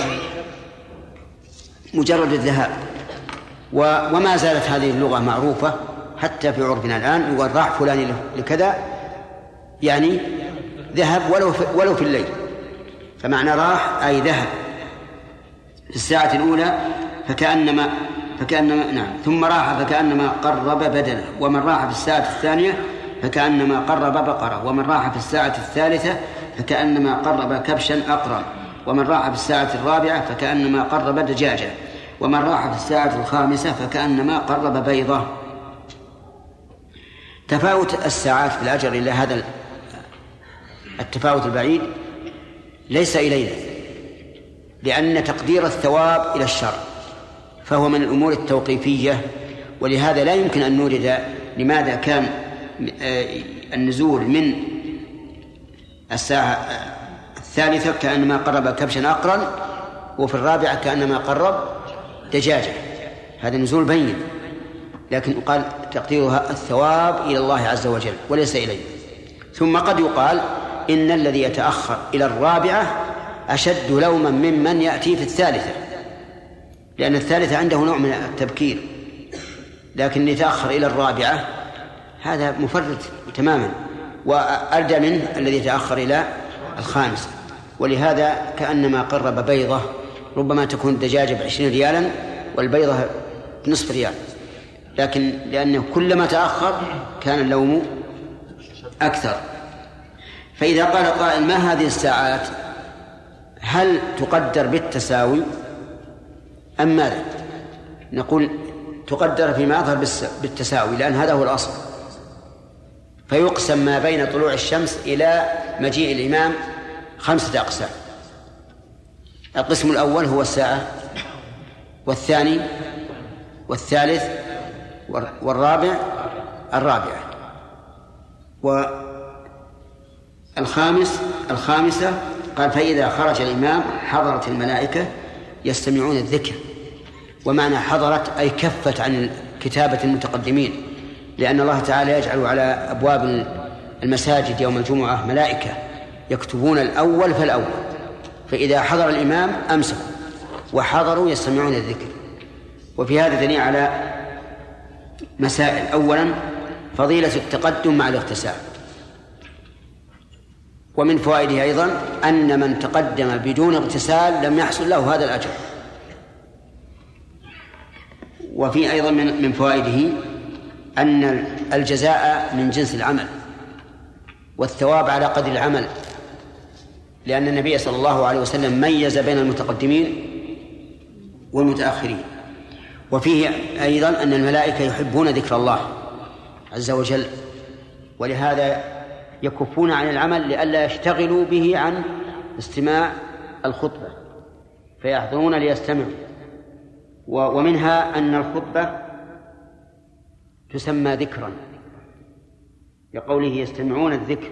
S1: مجرد الذهاب. وما زالت هذه اللغة معروفة حتى في عرفنا الآن، يقول راح فلان لكذا يعني ذهب ولو في, ولو في الليل، فمعنى راح أي ذهب في الساعة الأولى فكأنما فكأنما نعم ثم راح فكأنما قرب بدنه، ومن راح في الساعة الثانية فكأنما قرب بقرة، ومن راح في الساعة الثالثة فكأنما قرب كبشا أقرا، ومن راح في الساعة الرابعة فكأنما قرب دجاجة، ومن راح في الساعة الخامسة فكأنما قرب بيضة. تفاوت الساعات في الأجر إلى هذا التفاوت البعيد ليس إلينا، لأن تقدير الثواب إلى الشر فهو من الأمور التوقيفية، ولهذا لا يمكن أن نورد لماذا كان النزول من الساعة الثالثة كأنما قرب كبشا أقرا وفي الرابعة كأنما قرب دجاجة، هذا نزول بين، لكن قال تقديرها الثواب إلى الله عز وجل وليس إليه. ثم قد يقال إن الذي يتأخر إلى الرابعة أشد لوما ممن يأتي في الثالثة، لأن الثالثة عنده نوع من التبكير، لكن يتأخر إلى الرابعة هذا مفرط تماما، وأردى منه الذي يتأخر إلى الخامسة. ولهذا كأنما قرب بيضة، ربما تكون الدجاجة بعشرين ريالا والبيضة بنصف ريال، لكن لأنه كلما تأخر كان اللوم أكثر. فإذا قال قائل ما هذه الساعات، هل تقدر بالتساوي أم ماذا؟ نقول تقدر فيما أظهر بالتساوي، لأن هذا هو الأصل. فيقسم ما بين طلوع الشمس إلى مجيء الإمام خمسة أقسام. القسم الأول هو الساعة، والثاني والثالث والرابع الرابعة، والخامس الخامسة. قال فإذا خرج الإمام حضرت الملائكة يستمعون الذكر، ومعنى حضرت أي كفت عن كتابة المتقدمين، لأن الله تعالى يجعل على أبواب المساجد يوم الجمعة ملائكة يكتبون الأول فالأول، فإذا حضر الإمام أمسكوا وحضروا يستمعون الذكر. وفي هذا دليل على مسائل. أولا فضيلة التقدم مع الاغتسال، ومن فوائده أيضا أن من تقدم بدون اغتسال لم يحصل له هذا الأجر. وفي أيضا من فوائده أن الجزاء من جنس العمل والثواب على قدر العمل، لأن النبي صلى الله عليه وسلم ميز بين المتقدمين والمتأخرين. وفيه أيضا أن الملائكة يحبون ذكر الله عز وجل، ولهذا يكفون عن العمل لئلا يشتغلوا به عن استماع الخطبة، فيحضرون ليستمعوا. ومنها أن الخطبة تسمى ذكرا لقوله يستمعون الذكر.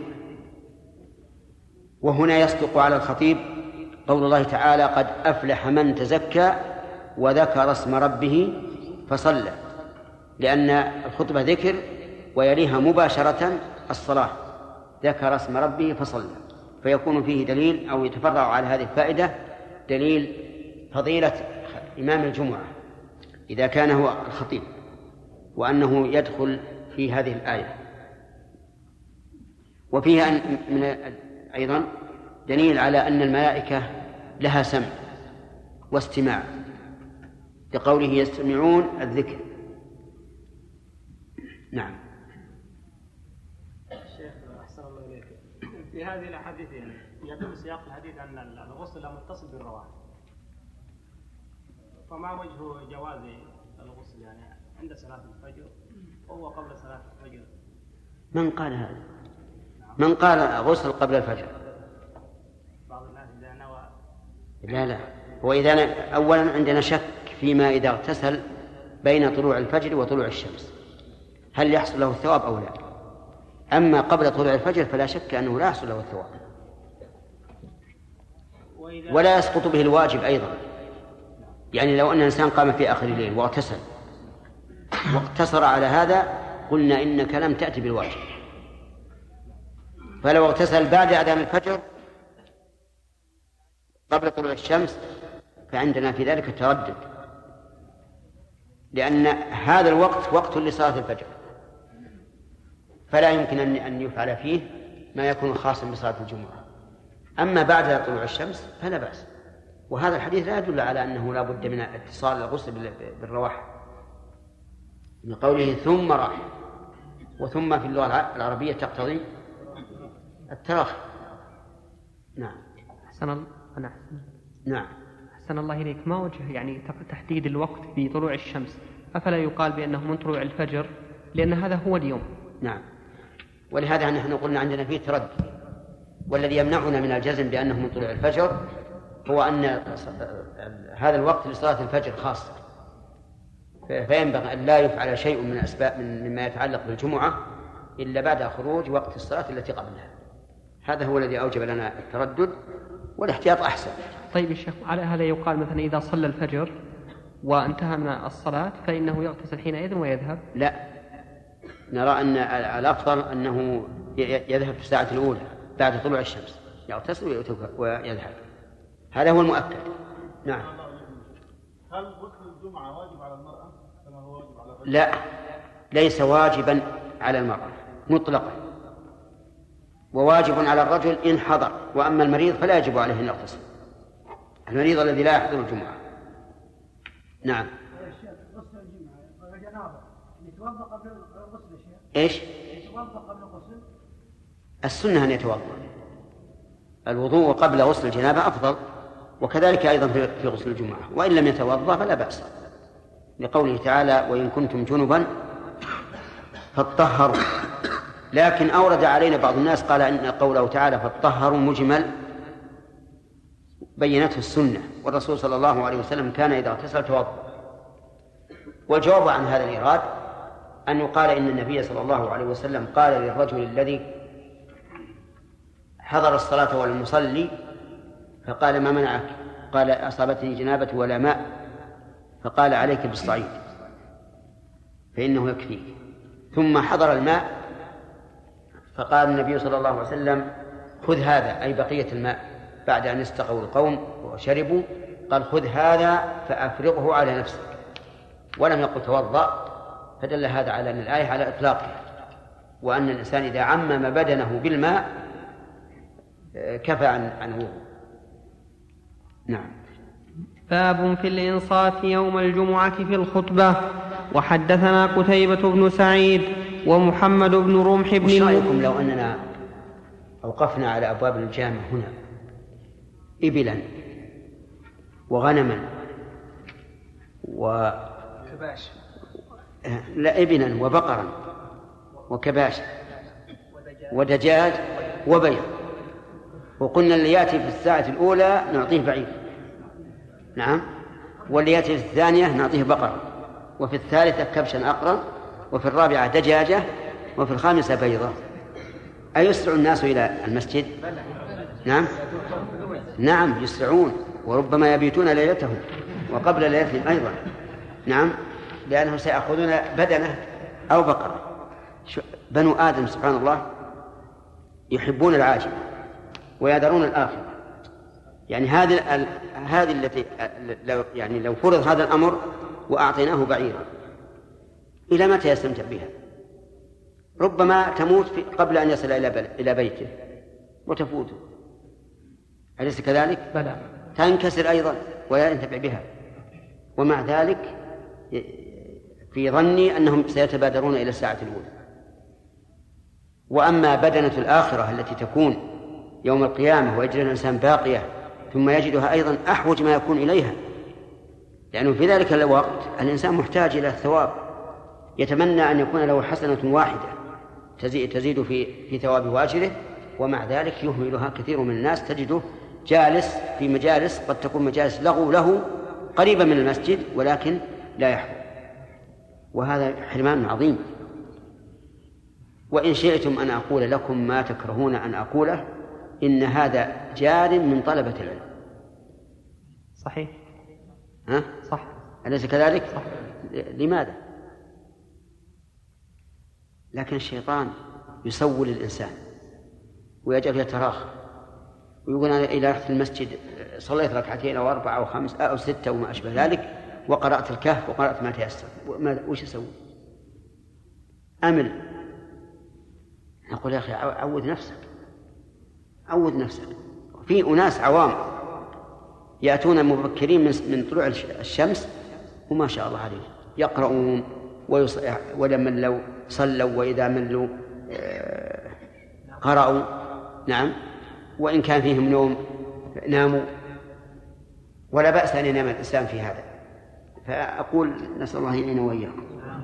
S1: وهنا يصدق على الخطيب قول الله تعالى قد أفلح من تزكى وذكر اسم ربه فصلى، لأن الخطبة ذكر ويليها مباشرة الصلاة، ذكر اسم ربه فصلى، فيكون فيه دليل أو يتفرع على هذه الفائدة دليل فضيلة إمام الجمعة إذا كان هو الخطيب، وأنه يدخل في هذه الآية. وفيها من أيضا دليل على أن الملائكة لها سمع واستماع، لقوله يستمعون الذكر. نعم.
S11: الشيخ أحسن الله إليك، في هذه الأحاديث يعني يدل سياق الحديث أن الغسل متصل بالرواح، فما وجه جواز الغسل يعني عند صلاة الفجر وهو قبل صلاة الفجر؟
S1: من قال هذا؟ من قال غسل قبل الفجر؟
S11: بعض الناس إذا نوى.
S1: لا لا، وإذا أولا عندنا شك فيما إذا اغتسل بين طلوع الفجر وطلوع الشمس هل يحصل له الثواب أو لا. أما قبل طلوع الفجر فلا شك أنه لا يحصل له الثواب، ولا يسقط به الواجب أيضا. يعني لو أن الإنسان قام في آخر الليل واغتسل واقتصر على هذا قلنا إنك لم تأتي بالواجب، فلو اغتسل بعد أذان الفجر قبل طلوع الشمس فعندنا في ذلك تردد، لأن هذا الوقت وقت لصلاة الفجر، فلا يمكن أن يفعل فيه ما يكون خاصا بصلاة الجمعة. أما بعد طلوع الشمس فلا بأس. وهذا الحديث لا يدل على أنه لا بد من اتصال الغسل بالرواح، من قوله ثم راح، وثم في اللغة العربية تقتضي التراخي. نعم.
S10: أحسن الله. أنا أحسن.
S1: نعم.
S10: أحسن الله إليك، ما وجه يعني تحديد الوقت بطلوع الشمس؟ أفلا يقال بأنه من طلوع الفجر لأن هذا هو اليوم؟
S1: نعم، ولهذا نحن قلنا عندنا فيه تردد، والذي يمنعنا من الجزم بأنه من طلوع الفجر هو أن هذا الوقت لصلاة الفجر خاصة، فينبغي أن لا يفعل شيء من أسباب مما يتعلق بالجمعة إلا بعد خروج وقت الصلاة التي قبلها. هذا هو الذي أوجب لنا التردد، والاحتياط أحسن.
S10: طيب يا شيخ، على هذا يقال مثلا إذا صلى الفجر وانتهى من الصلاة فإنه يغتسل حينئذ ويذهب؟
S1: لا، نرى أن الأفضل أنه يذهب في الساعة الأولى بعد طلوع الشمس، يغتسل ويذهب، هذا هو المؤكد. نعم.
S12: هل غسل الجمعة واجب على المرأة كما هو واجب على الرجل؟
S1: لا، ليس واجبا على المرأة مطلقا، وواجب على الرجل إن حضر، وأما المريض فلا يجب عليه أن يغتسل، المريض الذي لا يحضر الجمعة. نعم.
S13: غسل الجمعة جنابة يتوضأ قبل الغسل يا شيخ؟
S1: إيش؟
S13: يتوضأ قبل الغسل؟
S1: السنة أن يتوضأ، الوضوء قبل غسل الجنابة أفضل، وكذلك أيضا في غسل الجمعة، وإن لم يتوضأ فلا بأس، لقوله تعالى وإن كنتم جنبا فاطهروا. لكن أورد علينا بعض الناس قال إن قوله تعالى فاطهروا مجمل بينته السنة، والرسول صلى الله عليه وسلم كان إذا اغتسل توضأ. والجواب عن هذا الإيراد أن يقال إن النبي صلى الله عليه وسلم قال للرجل الذي حضر الصلاة والمصلي فقال ما منعك؟ قال أصابتني جنابة ولا ماء، فقال عليك بالصعيد فإنه يكفيك. ثم حضر الماء فقال النبي صلى الله عليه وسلم خذ هذا، أي بقية الماء بعد أن استقوا القوم وشربوا، قال خذ هذا فأفرغه على نفسك، ولم يقل توضأ، فدل هذا على أن الآية على إطلاقها، وأن الإنسان إذا عمم بدنه بالماء كفى عن عن وضوء. نعم.
S2: باب في الإنصات يوم الجمعة في الخطبة. وحدثنا قتيبة بن سعيد ومحمد بن رمح بن
S1: وش رأيكم لو أننا أوقفنا على أبواب الجامع هنا إبلا وغنما و
S3: كباش
S1: لا إبلا وبقرا وكباش ودجاج وبيض، وقلنا اللي يأتي في الساعة الأولى نعطيه بعير، نعم، واللي يأتي في الثانية نعطيه بقر، وفي الثالثة كبشا أقرا، وفي الرابعة دجاجة، وفي الخامسة بيضة. أيسرع الناس إلى المسجد؟ نعم نعم يسرعون، وربما يبيتون ليلتهم وقبل ليلتهم أيضا. نعم. لأنهم سيأخذون بدنه أو بقرة. بنو آدم سبحان الله يحبون العاجل ويذرون الآخرة. يعني هذه هذه التي لو يعني لو فرض هذا الأمر وأعطيناه بعيرا إلى متى يستمتع بها؟ ربما تموت قبل أن يصل إلى بيته وتفوته، أليس كذلك؟
S10: بلى.
S1: تنكسر أيضا ولا ينتفع بها. ومع ذلك في ظني أنهم سيتبادرون إلى الساعة الأولى. وأما بدنة الآخرة التي تكون يوم القيامة ويجد الإنسان باقية ثم يجدها أيضا أحوج ما يكون إليها، لأنه في ذلك الوقت الإنسان محتاج إلى الثواب، يتمنى أن يكون له حسنة واحدة تزيد في في ثواب واجره، ومع ذلك يهملها كثير من الناس. تجده جالس في مجالس قد تكون مجالس لغو له قريبة من المسجد ولكن لا يحضر، وهذا حرمان عظيم. وإن شئتم أن أقول لكم ما تكرهون أن أقوله، إن هذا جار من طلبة العلم.
S10: صحيح.
S1: ها؟
S10: صح.
S1: أليس كذلك؟
S10: صح.
S1: لماذا؟ لكن الشيطان يسول الإنسان ويجعل يتراخى ويقول أنا إذا رحت المسجد صليت ركعتين أو أربعة أو خمس أو ستة وما أشبه ذلك وقرأت الكهف وقرأت ما تيسر، وش أسوي؟ أمل. نقول يا أخي عود نفسك، عود نفسك. في أناس عوام يأتون مبكرين من طلوع الشمس وما شاء الله عليه يقرؤون ولا ملوا صلوا، وإذا ملوا قرأوا. نعم. وإن كان فيهم نوم ناموا، ولا بأس أن ينام الإنسان في هذا. فأقول نسأل الله يعين وإياكم.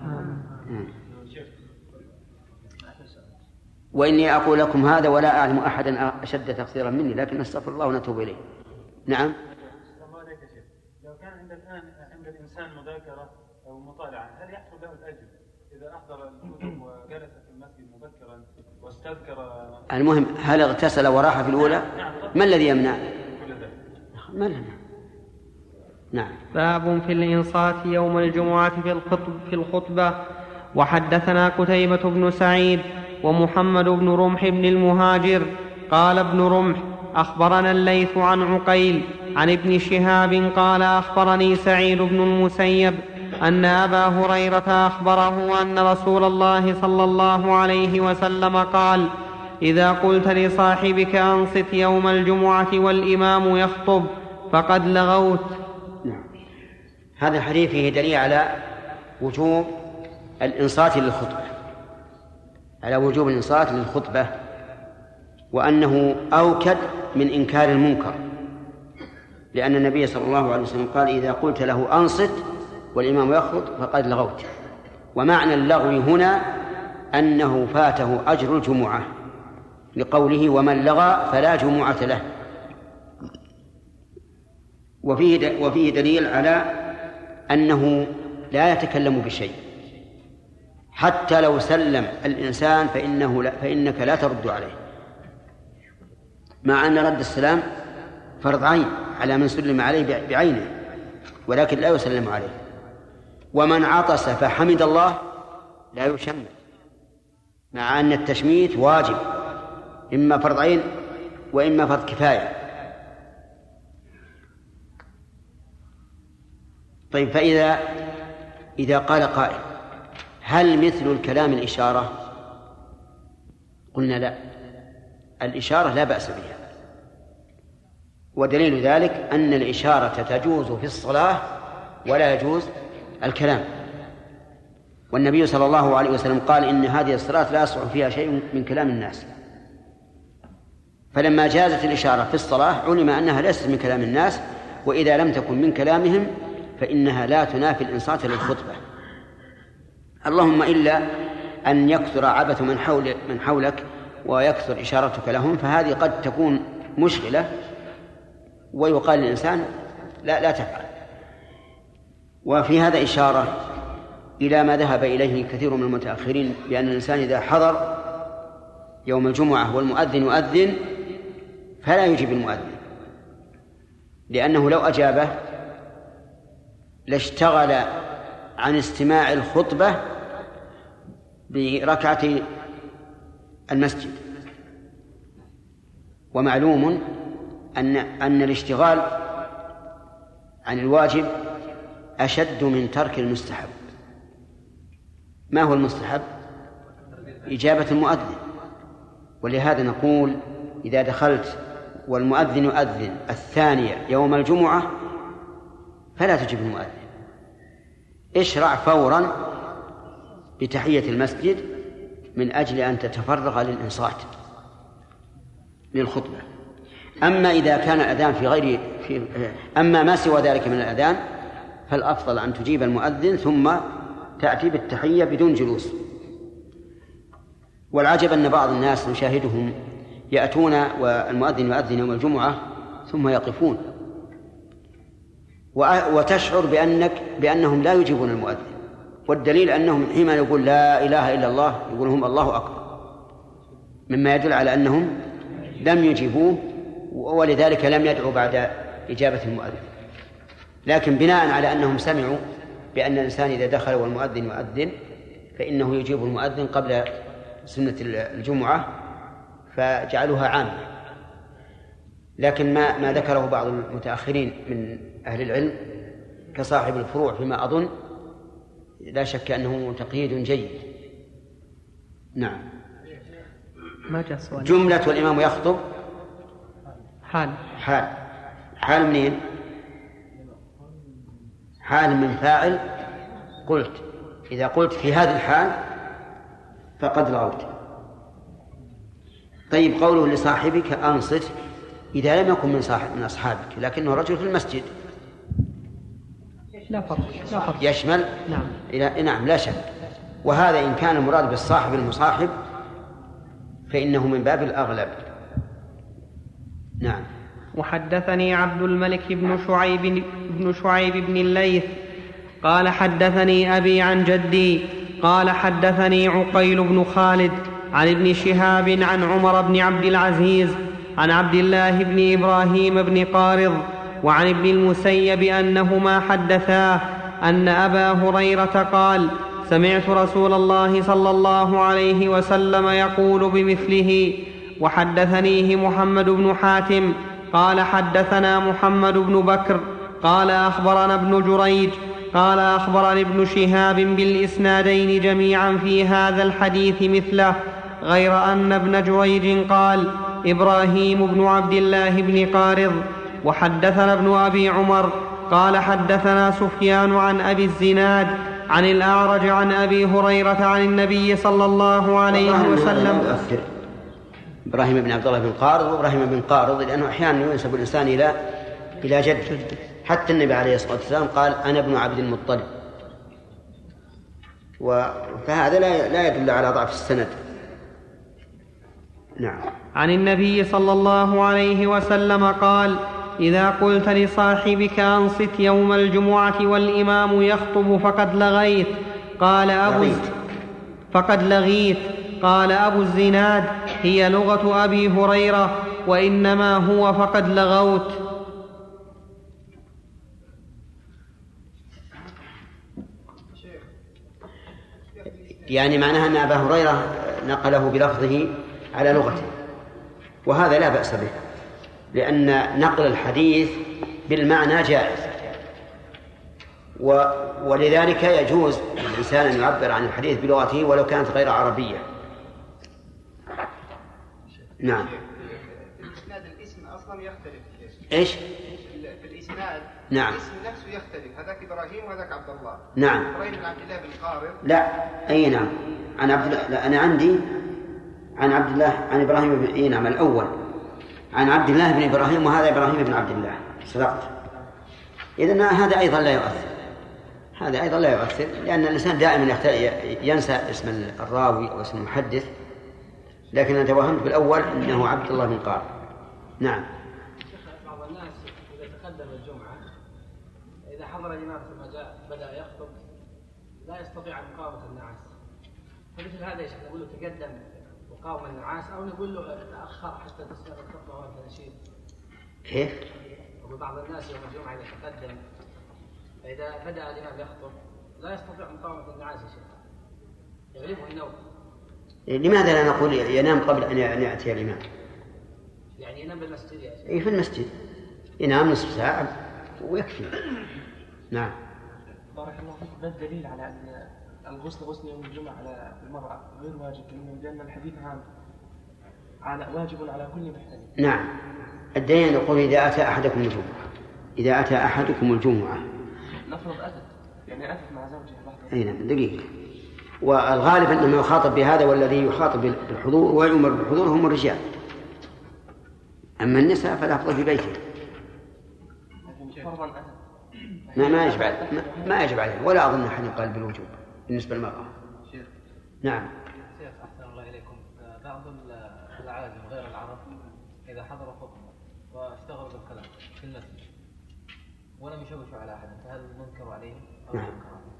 S1: وإني أقول لكم هذا ولا أعلم أحدا أشد تقصيرا مني، لكن نستغفر الله ونتوب إليه. نعم.
S12: لو كان عند الآن عند الإنسان مذاكرة أو مطالعة، هل يحصل له الأجر إذا أحضر الكتب وجلس في المسجد مبكرا واستذكر؟
S1: المهم هل اغتسل وراح في الأولى؟ ما الذي يمنع؟ ما لنا. نعم.
S2: باب في الإنصات يوم الجمعة في الخطب في الخطبة. وحدثنا قتيبة بن سعيد ومحمد بن رمح بن المهاجر قال ابن رمح أخبرنا الليث عن عقيل عن ابن شهاب قال أخبرني سعيد بن المسيب أن أبا هريرة أخبره أن رسول الله صلى الله عليه وسلم قال: إذا قلت لصاحبك أنصت يوم الجمعة والإمام يخطب فقد لغوت.
S1: نعم. هذا الحديث فيه دليل على وجوب الإنصات للخطبة، على وجوب الإنصات للخطبة، وأنه أوكد من إنكار المنكر، لأن النبي صلى الله عليه وسلم قال: إذا قلت له أنصت والإمام يخطب فقد لغوت. ومعنى اللغو هنا أنه فاته أجر الجمعة، لقوله: ومن لغى فلا جمعة له. وفيه وفيه دليل على أنه لا يتكلم بشيء، حتى لو سلم الإنسان فإنه لا فإنك لا ترد عليه، مع أن رد السلام فرض عين على من سلم عليه بعينه، ولكن لا يسلم عليه. ومن عطس فحمد الله لا يشمت، مع أن التشميت واجب، إما فرض عين وإما فرض كفاية. طيب، فإذا إذا قال قائل: هل مثل الكلام الإشارة؟ قلنا لا، الإشارة لا بأس بها، ودليل ذلك أن الإشارة تجوز في الصلاة ولا يجوز الكلام. والنبي صلى الله عليه وسلم قال: إن هذه الصلاة لا يصح فيها شيء من كلام الناس. فلما جازت الإشارة في الصلاة علم أنها ليست من كلام الناس، وإذا لم تكن من كلامهم فإنها لا تنافي الإنصات للخطبة، اللهم إلا أن يكثر عبث من حول من حولك ويكثر إشارتك لهم، فهذه قد تكون مشغلة ويقال للإنسان لا لا تفعل. وفي هذا إشارة إلى ما ذهب إليه كثير من المتأخرين، بأن الإنسان إذا حضر يوم الجمعة والمؤذن يؤذن فلا يجيب المؤذن، لأنه لو أجابه لاشتغل عن استماع الخطبة بركعتي المسجد. ومعلوم أن أن الاشتغال عن الواجب أشد من ترك المستحب. ما هو المستحب؟ إجابة المؤذن. ولهذا نقول إذا دخلت والمؤذن يؤذن الثانية يوم الجمعة فلا تجب المؤذن، اشرع فورا بتحية المسجد من أجل أن تتفرغ للإنصات للخطبة. أما إذا كان الأذان في غير في أما ما سوى ذلك من الأذان فالأفضل أن تجيب المؤذن ثم تأتي بالتحية بدون جلوس. والعجب أن بعض الناس نشاهدهم يأتون والمؤذن يؤذن يوم الجمعة ثم يقفون، وتشعر بأنك بأنهم لا يجيبون المؤذن، والدليل أنهم حينما يقول لا إله إلا الله يقولون الله أكبر، مما يدل على أنهم لم يجيبوه ولذلك لم يدعوا بعد إجابة المؤذن. لكن بناء على أنهم سمعوا بأن الإنسان إذا دخل والمؤذن يؤذن فإنه يجيب المؤذن قبل سنة الجمعة فجعلوها عامة. لكن ما ما ذكره بعض المتأخرين من أهل العلم كصاحب الفروع فيما أظن لا شك أنه تقييد جيد. نعم.
S10: ما جاء سؤال.
S1: جملة والإمام يخطب
S10: حال
S1: حال حال منين؟ حال من فاعل قلت. إذا قلت في هذه الحال فقد لغوت. طيب قوله لصاحبك أنصت إذا لم يكن من صاحب من أصحابك لكنه رجل في المسجد
S10: لا فرق لا فرق
S1: يشمل
S10: نعم
S1: إلى نعم لا شك. وهذا إن كان المراد بالصاحب المصاحب فإنه من باب الأغلب. نعم.
S2: وحدثني عبد الملك بن شعيب بن شعيب بن الليث قال حدثني أبي عن جدي قال حدثني عقيل بن خالد عن ابن شهاب عن عمر بن عبد العزيز عن عبد الله بن إبراهيم بن قارض وعن ابن المسيب أنهما حدثاه أن أبا هريرة قال سمعت رسول الله صلى الله عليه وسلم يقول بمثله. وحدثنيه محمد بن حاتم قال حدثنا محمد بن بكر قال أخبرنا ابن جريج قال أخبرني ابن شهاب بالإسنادين جميعا في هذا الحديث مثله غير أن ابن جريج قال إبراهيم بن عبد الله بن قارض. وحدثنا ابن أبي عمر قال حدثنا سفيان عن أبي الزناد عن الأعرج عن أبي هريرة عن النبي صلى الله عليه وسلم.
S1: إبراهيم بن عبد الله بن قارض وإبراهيم بن قارض لأنه أحيانا ينسب الإنسان إلى إلى جده. حتى النبي عليه الصلاة والسلام قال أنا ابن عبد المطلب، فهذا لا لا يدل على ضعف السند. نعم.
S2: عن النبي صلى الله عليه وسلم قال إذا قلت لصاحبك أنصت يوم الجمعة والإمام يخطب فقد لغيت قال أبو فقد لغيت قال أبو الزناد هي لغة أبي هريرة وإنما هو فقد لغوت.
S1: يعني معناها أن أبا هريرة نقله بلفظه على لغته، وهذا لا بأس به لأن نقل الحديث بالمعنى جائز، و... ولذلك يجوز للإنسان أن يعبر عن الحديث بلغته ولو كانت غير عربية. نعم.
S3: الإسناد الاسم أصلا يختلف.
S1: إيش؟
S3: في الإسناد
S1: نعم.
S3: الاسم نفسه يختلف، هذاك إبراهيم وهذاك عبد الله.
S1: نعم.
S3: إبراهيم بن عبد الله بن قارض.
S1: لا أي نعم عن عبد الله. لا أنا عندي عن عبد الله عن إبراهيم بن أي نعم الأول عن عبد الله بن إبراهيم وهذا إبراهيم بن عبد الله. صدقت. إذن هذا أيضا لا يؤثر، هذا أيضا لا يؤثر لأن الإنسان دائما ينسى اسم الراوي أو اسم المحدث، لكن أنا توهمت بالأول أنه عبد الله بن قارض. نعم.
S14: بعض الناس إذا تقدم الجمعة إذا حضر الإمام ثم جاء بدأ يخطب لا يستطيع مقاومة النعاس، فمثل هذا يشبه نقول له تقدم وقاوم النعاس أو نقول له تأخر حتى تصير الخطبة والتنشيد.
S1: كيف؟
S14: وبعض الناس يوم الجمعة إذا تقدم فإذا بدأ الإمام يخطب لا يستطيع مقاومة النعاس يا شيخ، يغلبه النوم.
S1: لماذا لا نقول ينام قبل أن يأتي الإمام؟
S14: يعني ينام بالمسجد يا شيخ.
S1: إيه في المسجد ينام نصف ساعة ويكفي. نعم.
S5: بارك الله فيك. ما الدليل على أن الغسل غسل يوم الجمعة على المرأة غير واجب؟ لأن الحديث عام على واجب على كل محتمل.
S1: نعم. الدليل يقول إذا أتى أحدكم الجمعة إذا أتى أحدكم الجمعة
S5: نفرض أتت يعني أتت مع زوجها لحظة.
S1: أي نعم دقيقة. والغالب أنه يخاطب بهذا والذي يخاطب بالحضور ويؤمر بالحضور هم الرجال، أما النساء فالأفضل في بيته. ما ما يجب عليه ما, ما يجب عليه ولا أظن أحد يقال بالوجوب بالنسبة للمرأة. نعم.
S15: شيخ أحسن الله إليكم. بعض العازم غير العرب إذا حضر خطبة واشتغلوا بالكلام في المسجد ولم يشوشوا على أحد فهل ننكر عليهم أو
S1: نعم.
S15: ننكر عليهم؟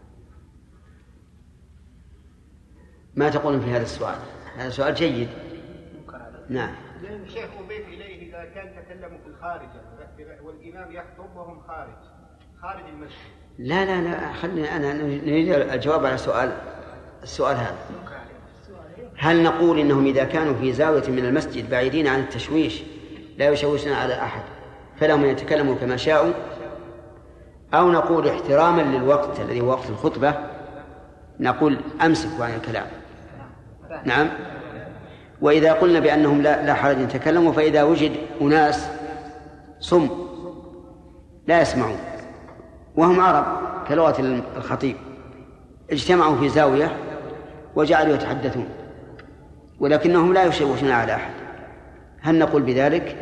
S1: ما تقولون في هذا السؤال؟ هذا سؤال جيد. نعم.
S3: الشيخ أضيف إليه إذا كان تكلموا في الخارج والإمام يخطب وهم خارج خارج المسجد.
S1: لا لا لا خلني أنا نريد الجواب على سؤال السؤال هذا. هل نقول إنهم إذا كانوا في زاوية من المسجد بعيدين عن التشويش لا يشوشون على أحد فلهم يتكلموا كما شاءوا، أو نقول احتراما للوقت الذي هو وقت الخطبة نقول أمسكوا عن الكلام؟ نعم. وإذا قلنا بأنهم لا, لا حرج يتكلموا فإذا وجد أناس صم لا يسمعون وهم عرب كلغة الخطيب اجتمعوا في زاوية وجعلوا يتحدثون ولكنهم لا يشوشون على أحد، هل نقول بذلك؟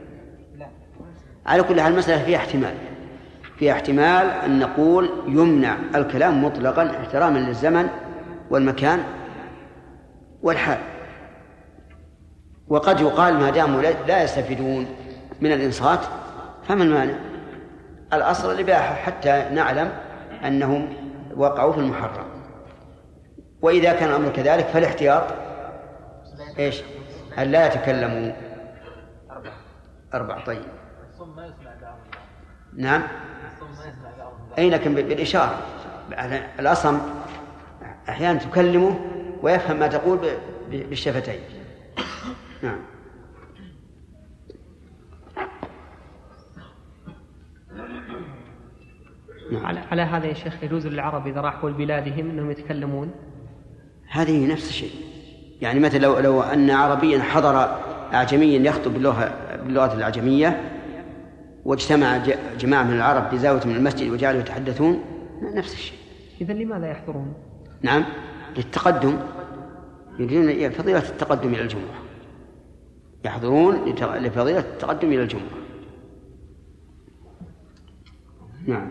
S1: على كل حال المسألة فيها احتمال فيها احتمال أن نقول يمنع الكلام مطلقا احتراما للزمن والمكان والحال، وقد يقال ما داموا لا يستفيدون من الإنصات فما المانع؟ الأصل الإباحة حتى نعلم أنهم وقعوا في المحرم. وإذا كان الأمر كذلك فالاحتياط إيش؟ أن لا يتكلموا. أربع. طيب. نعم. أي لكن بالإشارة الأصم أحيانا تكلمه ويفهم ما تقول بالشفتين. نعم.
S10: على, على هذا يا شيخ يجوز للعرب إذا راحوا لبلادهم أنهم يتكلمون؟
S1: هذه نفس الشيء. يعني مثل لو, لو أن عربيا حضر أعجميا يخطب باللغة, باللغة الأعجمية واجتمع جماعة من العرب بزاوية من المسجد وجعلوا يتحدثون نفس الشيء.
S10: إذن لماذا يحضرون؟
S1: نعم للتقدم، يريدون فضيلة التقدم إلى الجمعة، يحضرون لفضيلة التقدم إلى الجمعة. نعم.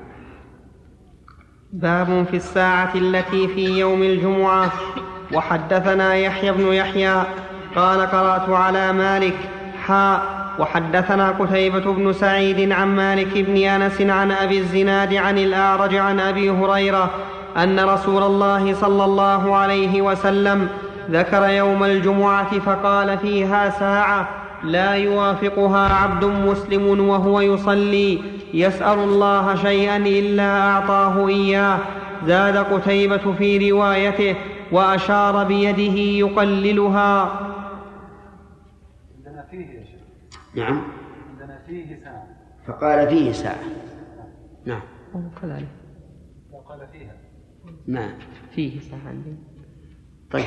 S2: باب في الساعة التي في يوم الجمعة. وحدثنا يحيى بن يحيى قال قرأت على مالك حاء وحدثنا قتيبة بن سعيد عن مالك بن أنس عن أبي الزناد عن الأعرج عن أبي هريرة أن رسول الله صلى الله عليه وسلم ذكر يوم الجمعة فقال فيها ساعة لا يوافقها عبد مسلم وهو يصلي يسأل الله شيئا إلا أعطاه إياه. زاد قتيبة في روايته وأشار بيده يقللها.
S12: عندنا فيه يا شيخ.
S1: نعم.
S12: عندنا فيه ساعة.
S1: فقال فيه ساعة. نعم.
S10: كذلك.
S12: وقال فيها.
S1: نعم.
S10: فيه ساعة عندي.
S1: طيب.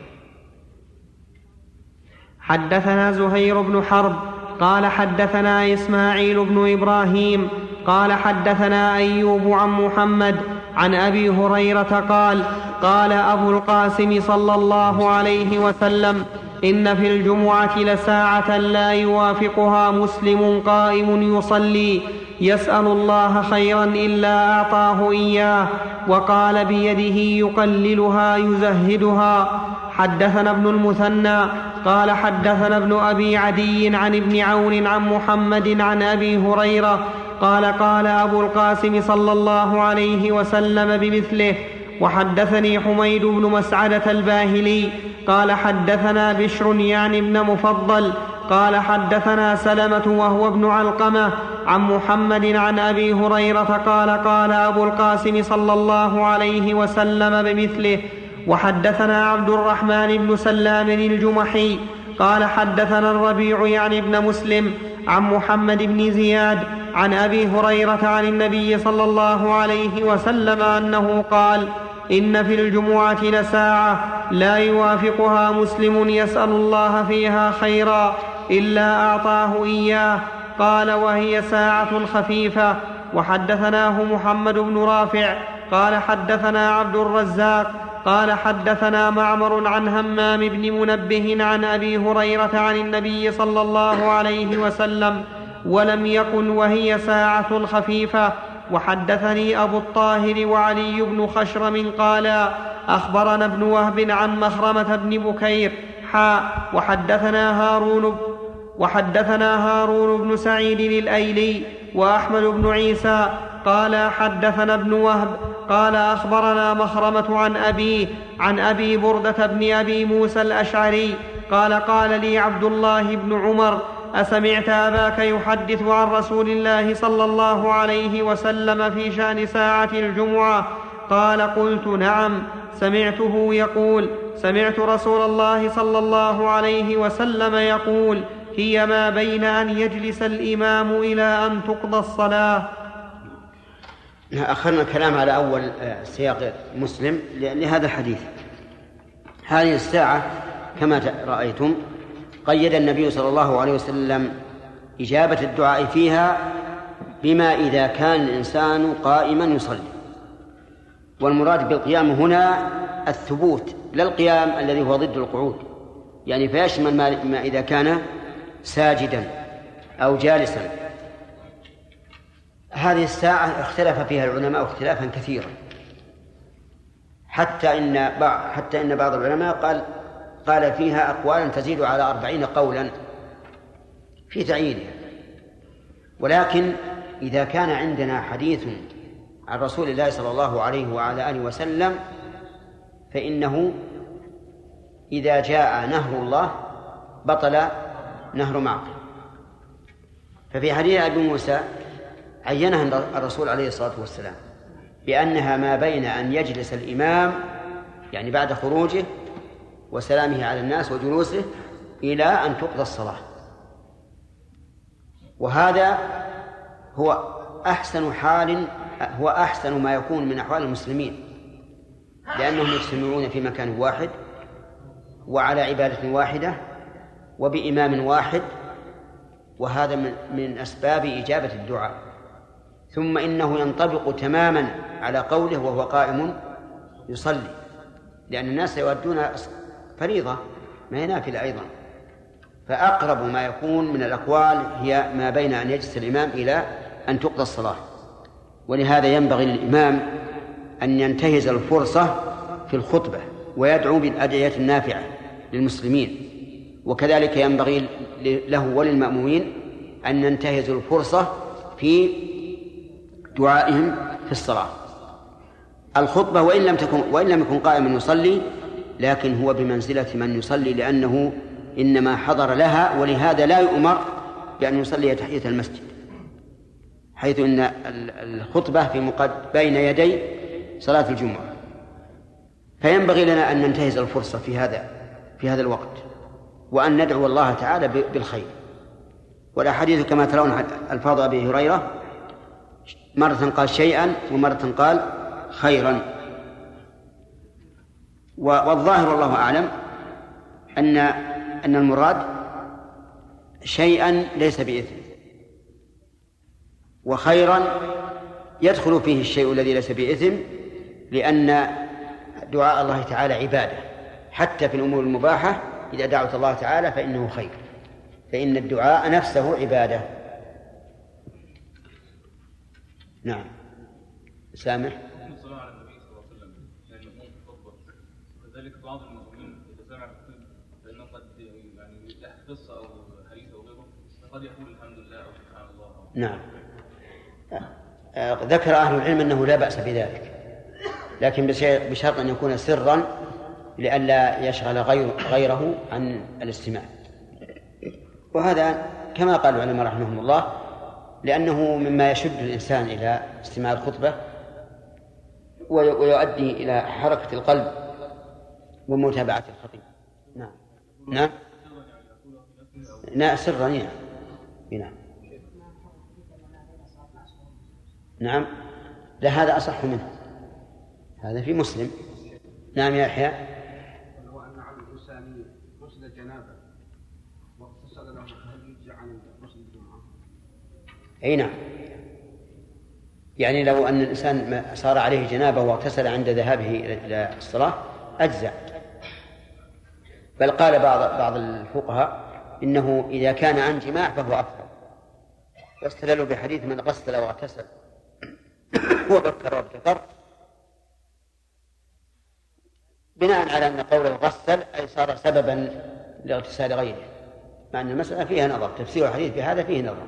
S2: حدثنا زهير بن حرب قال حدثنا إسماعيل بن إبراهيم قال حدثنا أيوب عن محمد عن أبي هريرة قال قال أبو القاسم صلى الله عليه وسلم إن في الجمعة لساعة لا يوافقها مسلم قائم يصلي يسأل الله خيرا إلا أعطاه إياه. وقال بيده يقللها يزهدها. حدثنا ابن المثنى قال حدثنا ابن أبي عدي عن ابن عون عن محمد عن أبي هريرة قال قال أبو القاسم صلى الله عليه وسلم بمثله. وحدثني حميد بن مسعدة الباهلي قال حدثنا بشر يعني ابن مفضل قال حدثنا سلمة وهو ابن علقمة عن محمد عن أبي هريرة قال قال أبو القاسم صلى الله عليه وسلم بمثله. وحدثنا عبد الرحمن بن سلام الجمحي قال حدثنا الربيع يعني ابن مسلم عن محمد بن زياد عن أبي هريرة عن النبي صلى الله عليه وسلم أنه قال: إن في الجمعة لساعة لا يوافقها مسلم يسأل الله فيها خيرا إلا أعطاه إياه. قال: وهي ساعة خفيفة. وحدثناه محمد بن رافع قال حدثنا عبد الرزاق قال حدثنا معمر عن همام بن منبه عن أبي هريرة عن النبي صلى الله عليه وسلم ولم يكن وهي ساعة خفيفة. وحدثني أبو الطاهر وعلي بن خشرم قالا أخبرنا ابن وهب عن مخرمة بن بكير حاء وحدثنا هارون وحدثنا هارون بن سعيد الأيلي وأحمد بن عيسى قال حدثنا ابن وهب قال أخبرنا مخرمة عن أبيه عن أبي بردة بن أبي موسى الأشعري قال قال لي عبد الله بن عمر: أسمعت أباك يحدث عن رسول الله صلى الله عليه وسلم في شأن ساعة الجمعة؟ قال: قلت: نعم، سمعته يقول: سمعت رسول الله صلى الله عليه وسلم يقول: هي ما بين أن يجلس الإمام إلى أن تقضى الصلاة.
S1: أخرنا الكلام على أول سياق مسلم لهذا الحديث. هذه الساعة كما رأيتم قيد النبي صلى الله عليه وسلم إجابة الدعاء فيها بما إذا كان الإنسان قائما يصلي، والمراد بالقيام هنا الثبوت لا القيام الذي هو ضد القعود، يعني فيشمل ما إذا كان ساجدا أو جالسا. هذه الساعة اختلف فيها العلماء اختلافا كثيرا، حتى إن حتى إن بعض العلماء قال قال فيها أقوالا تزيد على أربعين قولا في تعيينها. ولكن إذا كان عندنا حديث عن رسول الله صلى الله عليه وعلى آله وسلم فإنه إذا جاء نهر الله بطل نهر معقل. ففي حديث أبي موسى عينها الرسول عليه الصلاة والسلام بأنها ما بين أن يجلس الإمام يعني بعد خروجه وسلامه على الناس وجلوسه إلى أن تقضى الصلاة. وهذا هو أحسن حال هو أحسن ما يكون من أحوال المسلمين، لأنهم يجتمعون في مكان واحد وعلى عبادة واحدة وبإمام واحد، وهذا من, من أسباب إجابة الدعاء. ثم إنه ينطبق تماما على قوله وهو قائم يصلي، لأن الناس يودون فريضة ما هي نافلة أيضا. فأقرب ما يكون من الأقوال هي ما بين أن يجلس الإمام إلى أن تقضى الصلاة. ولهذا ينبغي للإمام أن ينتهز الفرصة في الخطبة ويدعو بالأدعية النافعة للمسلمين، وكذلك ينبغي له وللمأمومين أن ينتهزوا الفرصة في دعائهم في الصلاة. الخطبة وإن لم تكن وإن لم يكن قائما يصلي، لكن هو بمنزلة من يصلي، لأنه إنما حضر لها، ولهذا لا يؤمر بأن يصلي تحية المسجد، حيث إن الخطبة في مقد بين يدي صلاة الجمعة. فينبغي لنا أن ننتهز الفرصة في هذا في هذا الوقت، وأن ندعو الله تعالى بالخير. والأحاديث كما ترون ألفاظ أبي هريرة مرة قال شيئا ومرة قال خيرا. والظاهر والله أعلم أن أن المراد شيئا ليس بإثم، وخيرا يدخل فيه الشيء الذي ليس بإثم، لأن دعاء الله تعالى عبادة، حتى في الأمور المباحة إذا دعوت الله تعالى فإنه خير، فإن الدعاء نفسه عبادة. نعم. سامح.
S12: الصلاة على النبي صلى الله عليه وسلم لأنه هو خطبة، وكذلك بعض المؤمنين إذا سمع فإنه قد يعني يحدث قصة أو حديث أو غيره قد يقول الحمد لله أو سبحان الله.
S1: نعم. ذكر أهل العلم أنه لا بأس بذلك، لكن بشرط أن يكون سرا لئلا يشغل غير غيره عن الاستماع. وهذا كما قال العلماء رحمهم الله لأنه مما يشد الإنسان إلى استماع الخطبة ويؤدي إلى حركة القلب ومتابعة الخطيب. نعم نعم نعم سرا نعم نعم نعم لا هذا أصح منه، هذا في مسلم. نعم يا يحيى.
S16: هو أن على الإنسان غسل جنابة واغتسل له هل يجزي عن غسل الجمعة؟
S1: أي نعم، يعني لو أن الإنسان صار عليه جنابة واغتسل عند ذهابه إلى الصلاة أجزع. بل قال بعض بعض الفقهاء إنه إذا كان عن جماع فهو أفضل، واستدلوا بحديث من غسل واغتسل وبكر وابتكر بناء على أن قوله غسل أي صار سببا لاغتسال غيره، مع أن المسألة فيها نظر، تفسير الحديث بهذا فيه نظر.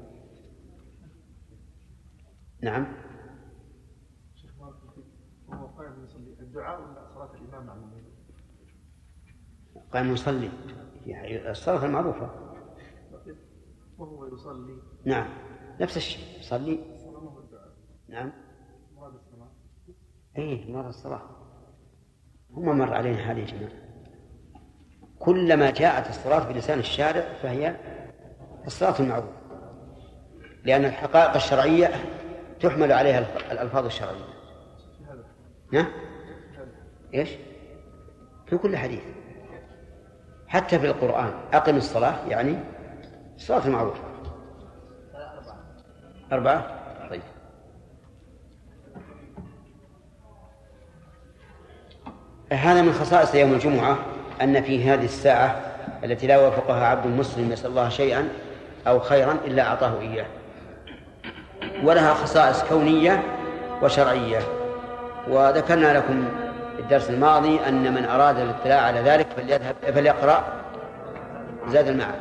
S1: نعم.
S17: وهو قائم يصلي الدعاء ولا صلاة الإمام مع المؤمنين؟
S1: قائم يصلي الصلاة المعروفة
S17: وهو يصلي.
S1: نعم نفس الشيء يصلي. نعم
S17: مراد الصلاة.
S1: إيه مراد الصلاة. هم مر علينا هذه الجماعة، كلما جاءت الصلاة بلسان الشارع فهي الصلاة المعروفة، لأن الحقائق الشرعية تحمل عليها الألفاظ الشرعية. نعم إيش في كل حديث، حتى في القرآن أقم الصلاة يعني الصلاة المعروفة. أربعة. طيب هذا من خصائص يوم الجمعة أن في هذه الساعة التي لا وافقها عبد مسلم يسأل الله شيئا أو خيرا إلا أعطاه إياه، ولها خصائص كونية وشرعية. وذكرنا لكم الدرس الماضي أن من أراد الاطلاع على ذلك فليذهب فليقرأ زاد المعاد.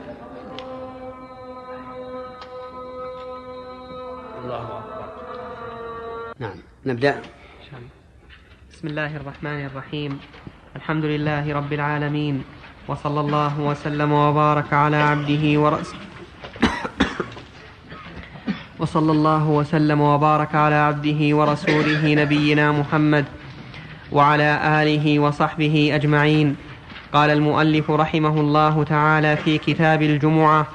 S1: الله أكبر. نعم نبدأ.
S2: بسم الله الرحمن الرحيم. الحمد لله رب العالمين، وصلى الله وسلم وبارك على عبده ورسوله وصلى الله وسلم وبارك على عبده ورسوله نبينا محمد وعلى آله وصحبه أجمعين. قال المؤلف رحمه الله تعالى في كتاب الجمعة: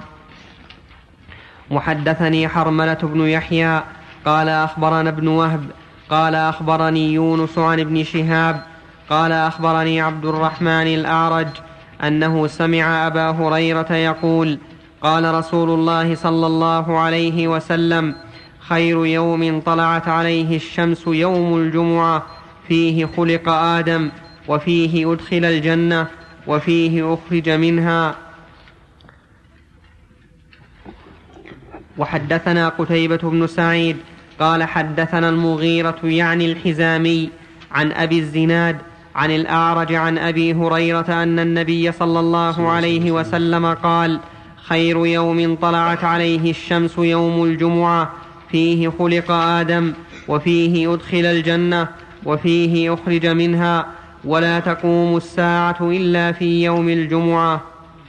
S2: وحدثني حرملة بن يحيى قال أخبرنا ابن وهب قال أخبرني يونس عن ابن شهاب قال أخبرني عبد الرحمن الأعرج أنه سمع أبا هريرة يقول: قال رسول الله صلى الله عليه وسلم: خير يوم طلعت عليه الشمس يوم الجمعة، فيه خلق آدم، وفيه أدخل الجنة، وفيه أخرج منها. وحدثنا قتيبة بن سعيد قال حدثنا المغيرة يعني الحزامي عن أبي الزناد عن الأعرج عن أبي هريرة أن النبي صلى الله عليه وسلم قال: خير يوم طلعت عليه الشمس يوم الجمعة، فيه خلق آدم، وفيه أدخل الجنة، وفيه أخرج منها، ولا تقوم الساعة إلا في يوم الجمعة.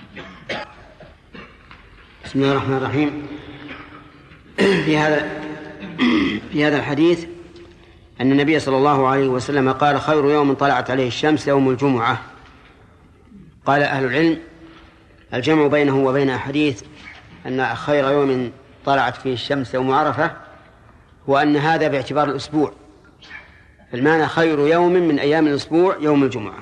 S1: بسم الله الرحمن الرحيم. في هذا في هذا الحديث أن النبي صلى الله عليه وسلم قال: خير يوم طلعت عليه الشمس يوم الجمعة. قال أهل العلم الجمع بينه وبين حديث أن خير يوم طلعت فيه الشمس يوم عرفة هو أن هذا باعتبار الأسبوع، المعنى خير يوم من أيام الأسبوع يوم الجمعة،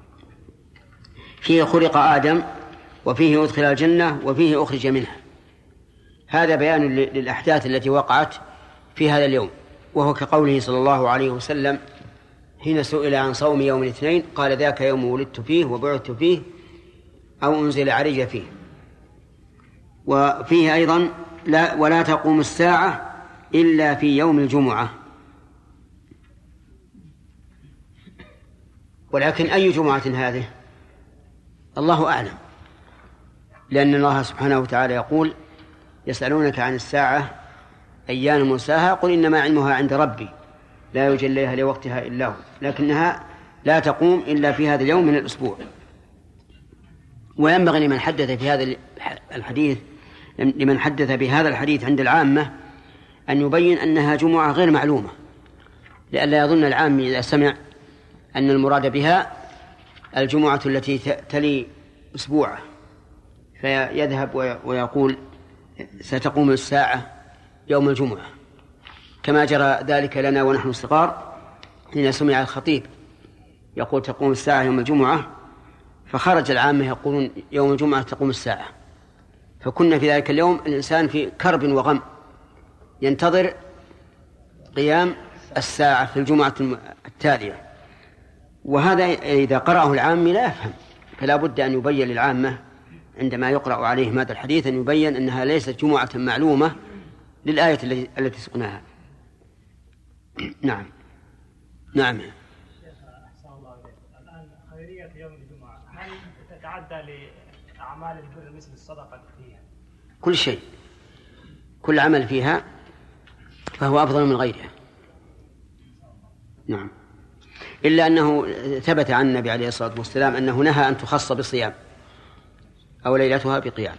S1: فيه خلق آدم، وفيه أدخل الجنة، وفيه أخرج منها. هذا بيان للأحداث التي وقعت في هذا اليوم، وهو كقوله صلى الله عليه وسلم حين سئل عن صوم يوم الاثنين قال: ذاك يوم ولدت فيه وبعثت فيه أو أنزل علي فيه. وفيه أيضا لا ولا تقوم الساعة إلا في يوم الجمعة. ولكن أي جمعة هذه الله أعلم، لأن الله سبحانه وتعالى يقول: يسألونك عن الساعة أيان مرساها قل إنما علمها عند ربي لا يجليها لوقتها إلا هو، لكنها لا تقوم إلا في هذا اليوم من الأسبوع. وينبغي لمن حدث في هذا الحديث لمن حدث بهذا الحديث عند العامة أن يبين أنها جمعة غير معلومة، لئلا يظن العام إذا سمع أن المراد بها الجمعة التي تلي أسبوعه فيذهب ويقول ستقوم الساعة يوم الجمعة، كما جرى ذلك لنا ونحن صغار حين سمع الخطيب يقول تقوم الساعة يوم الجمعة، فخرج العامة يقولون يوم الجمعة تقوم الساعة، فكنا في ذلك اليوم الإنسان في كرب وغم ينتظر قيام الساعة في الجمعة التالية. وهذا إذا قرأه العامي لا يفهم، فلا بد أن يبين للعامة عندما يقرأ عليهم هذا الحديث أن يبين أنها ليست جمعة معلومة للآية التي سقناها. نعم نعم.
S11: الآن خيرية يوم الجمعة هل تتعدى لأعمال البر مثل الصدقة فيها؟
S1: كل شيء، كل عمل فيها فهو أفضل من غيرها. نعم، إلا أنه ثبت عن النبي عليه الصلاة والسلام أنه نهى أن تخص بصيام أو ليلتها بقيام.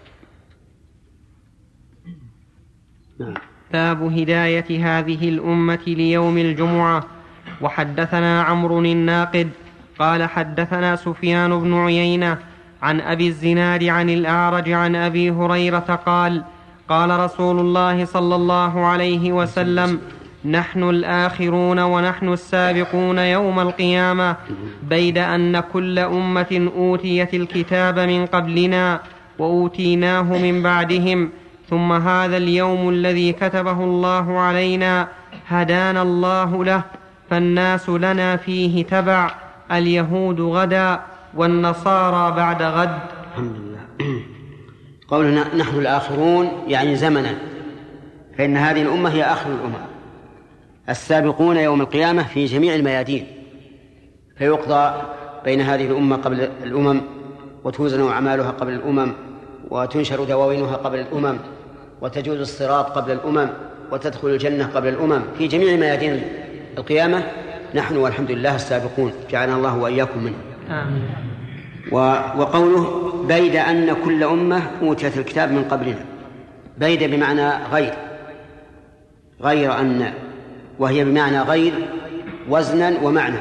S2: نعم. باب هداية هذه الأمة ليوم الجمعة. وحدثنا عمرو الناقد قال حدثنا سفيان بن عيينة عن أبي الزناد عن الأعرج عن أبي هريرة قال قال رسول الله صلى الله عليه وسلم نحن الآخرون ونحن السابقون يوم القيامة، بيد أن كل أمة أوتيت الكتاب من قبلنا وأوتيناه من بعدهم، ثم هذا اليوم الذي كتبه الله علينا هدانا الله له، فالناس لنا فيه تبع، اليهود غدا والنصارى بعد غد.
S1: الحمد لله. قولنا نحن الآخرون يعني زمنا، فإن هذه الأمة هي آخر الأمم، السابقون يوم القيامة في جميع الميادين، فيقضى بين هذه الأمة قبل الأمم، وتوزن أعمالها قبل الأمم، وتنشر دواوينها قبل الأمم، وتجوز الصراط قبل الأمم، وتدخل الجنة قبل الأمم، في جميع ميادين القيامة نحن والحمد لله السابقون، جعلنا الله وإياكم منه.
S2: آمين.
S1: وقوله بيد أن كل أمة أوتيت الكتاب من قبلنا، بيد بمعنى غير، غير أن، وهي بمعنى غير وزنا ومعنى.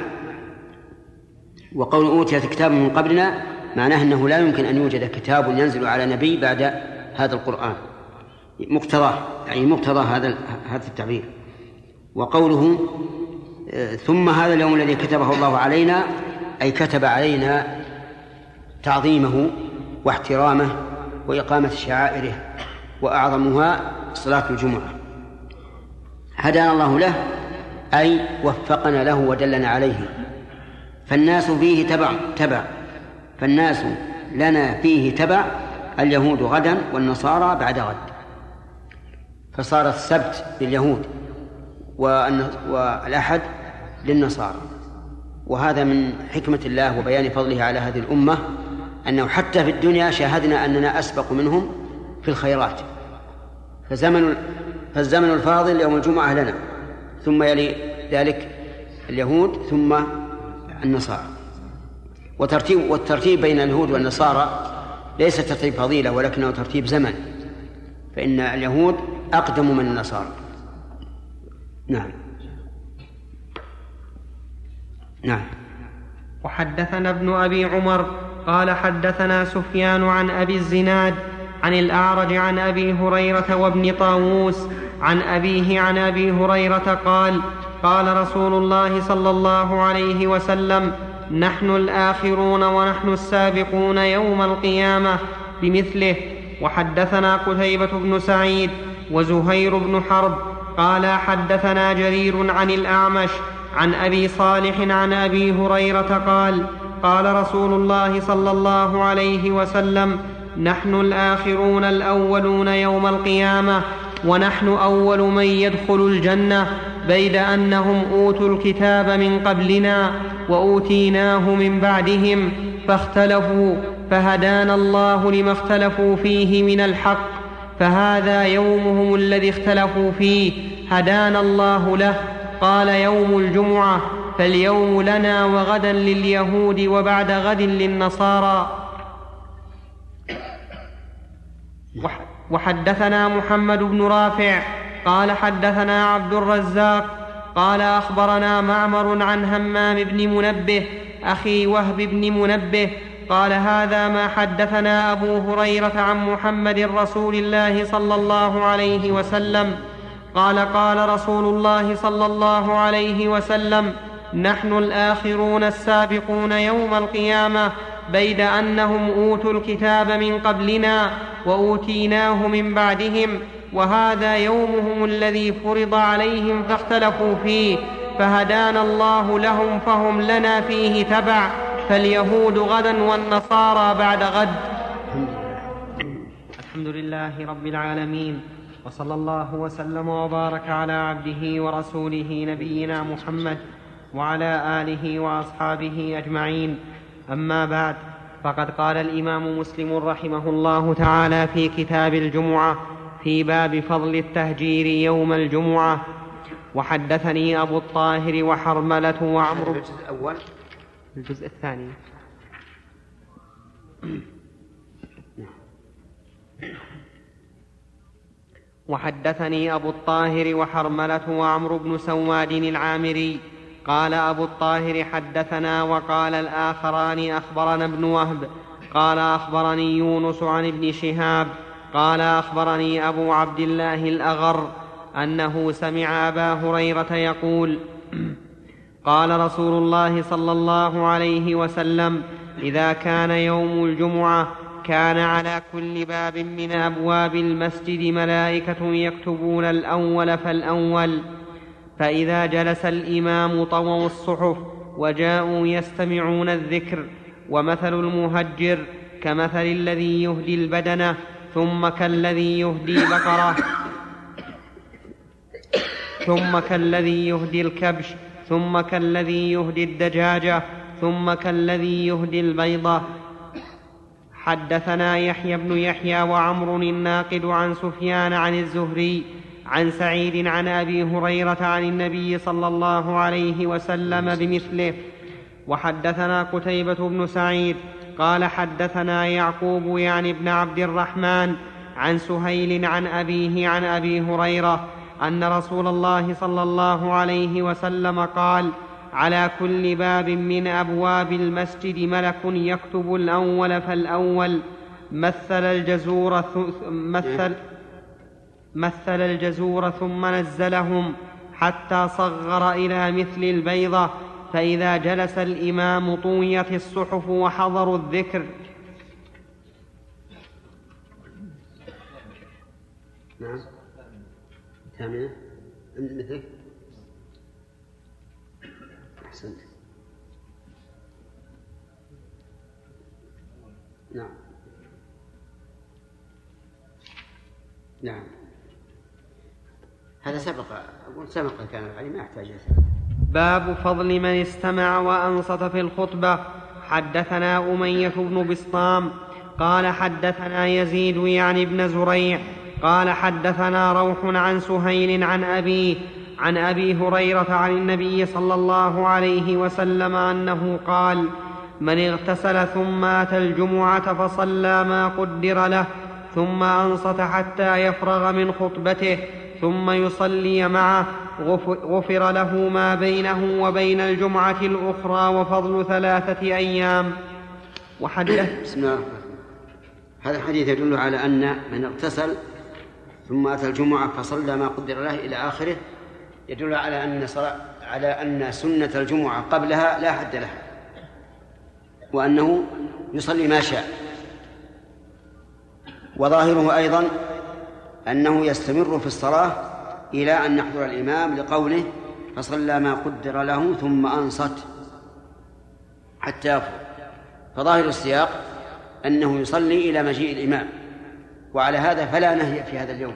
S1: وقول أوتيت الكتاب من قبلنا معناه أنه لا يمكن أن يوجد كتاب ينزل على نبي بعد هذا القرآن، مقتضاه يعني مقتضى هذا هذا التعبير. وقوله ثم هذا اليوم الذي كتبه الله علينا، أي كتب علينا تعظيمه واحترامه وإقامة شعائره، وأعظمها صلاة الجمعة. هدانا الله له أي وفقنا له ودلنا عليه، فالناس فيه تبع تبع فالناس لنا فيه تبع، اليهود غدا والنصارى بعد غد، فصار السبت لليهود والأحد للنصارى. وهذا من حكمة الله وبيان فضله على هذه الأمة، أنه حتى في الدنيا شاهدنا أننا أسبق منهم في الخيرات، فزمن فالزمن الفاضل يوم الجمعة لنا، ثم يلي ذلك اليهود ثم النصارى. وترتيب والترتيب بين اليهود والنصارى ليس ترتيب فضيلة، ولكنه ترتيب زمن، فإن اليهود أقدم من النصارى. نعم نعم.
S2: وحدثنا ابن أبي عمر قال حدثنا سفيان عن أبي الزناد عن الأعرج عن أبي هريرة وابن طاووس عن أبيه عن أبي هريرة قال قال رسول الله صلى الله عليه وسلم نحن الآخرون ونحن السابقون يوم القيامة بمثله. وحدثنا قتيبة بن سعيد وزهير بن حرب قال حدثنا جرير عن الأعمش عن أبي صالح عن أبي هريرة قال قال رسول الله صلى الله عليه وسلم نحن الآخرون الأولون يوم القيامة، ونحن أول من يدخل الجنة، بيد أنهم أوتوا الكتاب من قبلنا وأوتيناه من بعدهم فاختلفوا، فهدانا الله لما اختلفوا فيه من الحق، فهذا يومهم الذي اختلفوا فيه هدانا الله له. قال يوم الجمعة، فاليوم لنا وغدا لليهود وبعد غد للنصارى. وحدثنا محمد بن رافع قال حدثنا عبد الرزاق قال أخبرنا معمر عن همام بن منبه أخي وهب بن منبه قال هذا ما حدثنا أبو هريرة عن محمد رسول الله صلى الله عليه وسلم قال قال رسول الله صلى الله عليه وسلم نحن الآخرون السابقون يوم القيامة بيد أنهم أوتوا الكتاب من قبلنا وأوتيناه من بعدهم وهذا يومهم الذي فرض عليهم فاختلفوا فيه فهدانا الله لهم فهم لنا فيه تبع فاليهود غدا والنصارى بعد غد. الحمد لله رب العالمين وصلى الله وسلم وبارك على عبده ورسوله نبينا محمد وعلى آله وأصحابه أجمعين. أما بعد، فقد قال الإمام مسلم رحمه الله تعالى في كتاب الجمعة في باب فضل التهجير يوم الجمعة: وحدثني أبو الطاهر وحرملة وعمرو.
S1: الجزء الأول
S2: الجزء الثاني. وحدثني أبو الطاهر وحرملة وعمرو بن سواد العامري قال أبو الطاهر حدثنا وقال الآخران أخبرنا ابن وهب قال أخبرني يونس عن ابن شهاب قال أخبرني أبو عبد الله الأغر أنه سمع أبا هريرة يقول: قال رسول الله صلى الله عليه وسلم: إذا كان يوم الجمعة كان على كل باب من أبواب المسجد ملائكة يكتبون الأول فالأول، فإذا جلس الإمام طووا الصحف وجاءوا يستمعون الذكر. ومثل المهجر كمثل الذي يهدي البدنة ثم كالذي يهدي بقرة ثم كالذي يهدي الكبش ثم كالذي يهدي الدجاجة ثم كالذي يهدي البيضة. حدثنا يحيى بن يحيى وعمر الناقد عن سفيان عن الزهري عن سعيد عن أبي هريرة عن النبي صلى الله عليه وسلم بمثله. وحدثنا قتيبة بن سعيد قال حدثنا يعقوب يعني ابن عبد الرحمن عن سهيل عن أبيه عن أبي هريرة أن رسول الله صلى الله عليه وسلم قال: على كل باب من أبواب المسجد ملك يكتب الأول فالأول. مثل الجزور مثل مثل الجزور ثم نزلهم حتى صغر إلى مثل البيضة، فإذا جلس الإمام طويت الصحف وحضروا الذكر.
S1: نعم. ثامنة مثل أحسنت. نعم نعم هذا سبق أقول سبق كان العلي ما يحتاج.
S2: باب فضل من استمع وأنصت في الخطبة. حدثنا أمية بن بسطام قال حدثنا يزيد يعني ابن زريع قال حدثنا روح عن سهيل عن أبيه عن أبي هريرة عن النبي صلى الله عليه وسلم أنه قال: من اغتسل ثم أتى الجمعة فصلى ما قدر له ثم أنصت حتى يفرغ من خطبته ثم يصلي معه غفر له ما بينه وبين الجمعة الأخرى وفضل ثلاثة أيام. وحدث
S1: بسم الله الرحمن الرحيم. هذا الحديث يدل على أن من اغتسل ثم أتى الجمعة فصلى ما قدر له إلى آخره يدل على أن صلاة على أن سنة الجمعة قبلها لا حد لها، وأنه يصلي ما شاء. وظاهره أيضا أنه يستمر في الصلاة إلى أن يحضر الإمام لقوله: فصلى ما قدر له ثم أنصت حتى يفرغ. فظاهر السياق أنه يصلي إلى مجيء الإمام، وعلى هذا فلا نهي في هذا اليوم.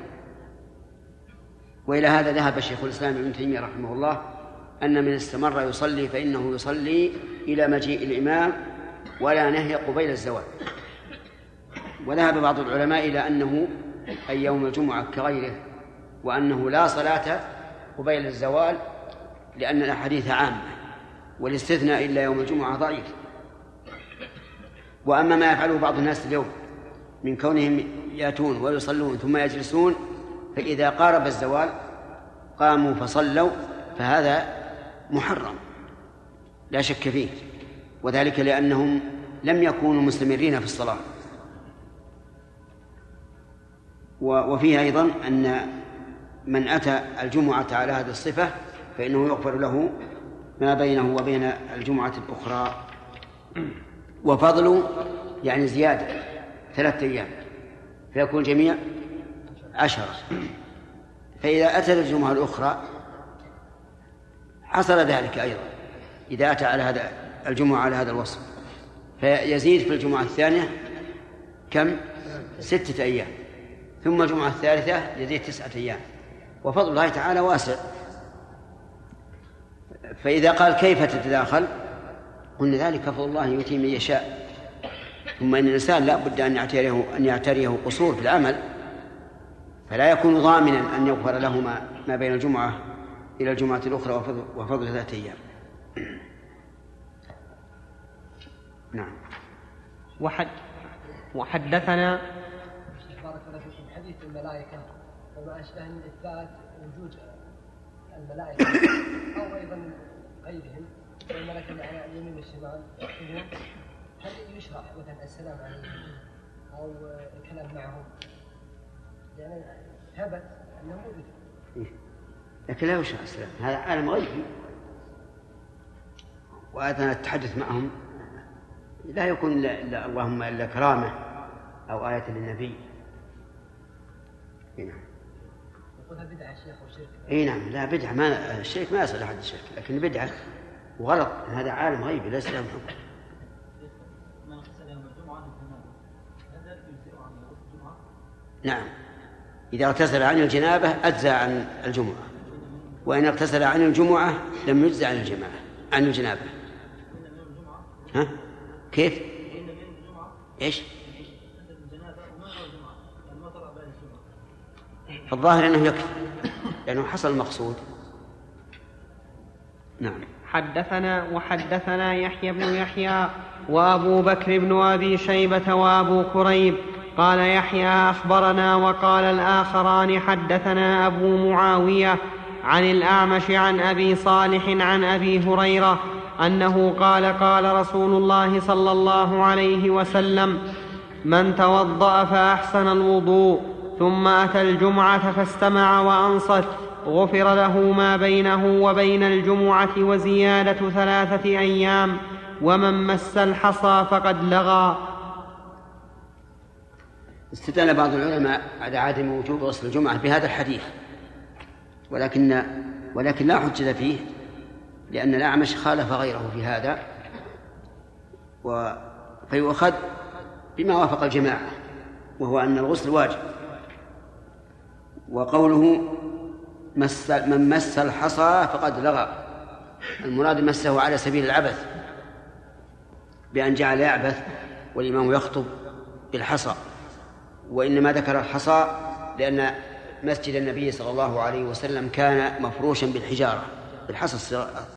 S1: وإلى هذا ذهب شيخ الإسلام ابن تيمية رحمه الله أن من استمر يصلي فإنه يصلي إلى مجيء الإمام ولا نهي قبيل الزوال. وذهب بعض العلماء إلى أنه أي يوم الجمعة كغيره، وأنه لا صلاة قبيل الزوال لأن الأحاديث عامة، والاستثناء إلا يوم الجمعة ضعيف. وأما ما يفعله بعض الناس اليوم من كونهم يأتون ويصلون ثم يجلسون، فإذا قارب الزوال قاموا فصلوا، فهذا محرم لا شك فيه، وذلك لأنهم لم يكونوا مستمرين في الصلاة. وفيه أيضا أن من أتى الجمعة على هذه الصفة فإنه يغفر له ما بينه وبين الجمعة الأخرى. وفضل يعني زيادة ثلاثة أيام فيكون جميع عشرة. فإذا أتى الجمعة الأخرى حصل ذلك أيضا إذا أتى على هذا الجمعة على هذا الوصف، فيزيد في الجمعة الثانية كم؟ ستة أيام، ثم الجمعة الثالثة يزيد تسعة أيام، وفضل الله تعالى واسع. فإذا قال كيف تتداخل قلنا ذلك فضل الله يؤتي من يشاء، ثم إن الإنسان لا بد أن يعتريه أن يعتريه قصور في العمل، فلا يكون ضامنا أن يغفر له ما, ما بين الجمعة إلى الجمعة الأخرى وفضل, وفضل ذات أيام. نعم.
S2: وحد وحدثنا
S6: بارك الله فيكم حديث الملائكة وما أشبه من إثبات وجود الملائكة أو أيضا غيرهم والملائكة على اليمين والشمال، هل يشرع مثلا السلام عليهم أو الكلام معهم؟ يعني ثبت أنه موجود،
S1: لكن لا يشرع السلام، هذا عالم غيبي، وأيضا التحدث معهم لا يكون إلا اللهم إلا كرامة أو آية للنبي. نعم.
S6: يقولها بدعة شيخ وشرك.
S1: اي نعم، لا بدعة، ما الشرك ما يصل لحد الشرك، لكن بدعة وغلط، هذا عالم غيبي ليس له حكم. نعم، إذا اغتسل عن الجنابة أجزى عن الجمعة، وإن اغتسل عن الجمعة لم يجزى عن الجماعة عن الجنابة. ها؟ كيف؟ إيش؟ الظاهر أنه يكفي لأنه حصل المقصود. نعم.
S2: حدثنا وحدثنا يحيى بن يحيى وأبو بكر بن أبي شيبة وأبو كريب قال يحيى أخبرنا، وقال الآخران حدثنا أبو معاوية عن الأعمش عن أبي صالح عن أبي هريرة أنه قال قال رسول الله صلى الله عليه وسلم: من توضأ فأحسن الوضوء ثم أتى الجمعة فاستمع وأنصت غفر له ما بينه وبين الجمعة وزيادة ثلاثة أيام، ومن مس الحصى فقد لغى.
S1: استدل بعض العلماء على عدم وجوب غسل الجمعة بهذا الحديث، ولكن ولكن لا حجة فيه، لأن الأعمش خالف غيره في هذا، فيؤخذ بما وافق الجماعة، وهو أن الغسل واجب. وقوله مس من مس الحصى فقد لغى، المراد مسه على سبيل العبث، بأن جعل يعبث والإمام يخطب بالحصى، وإنما ذكر الحصى لأن مسجد النبي صلى الله عليه وسلم كان مفروشا بالحجارة بالحصى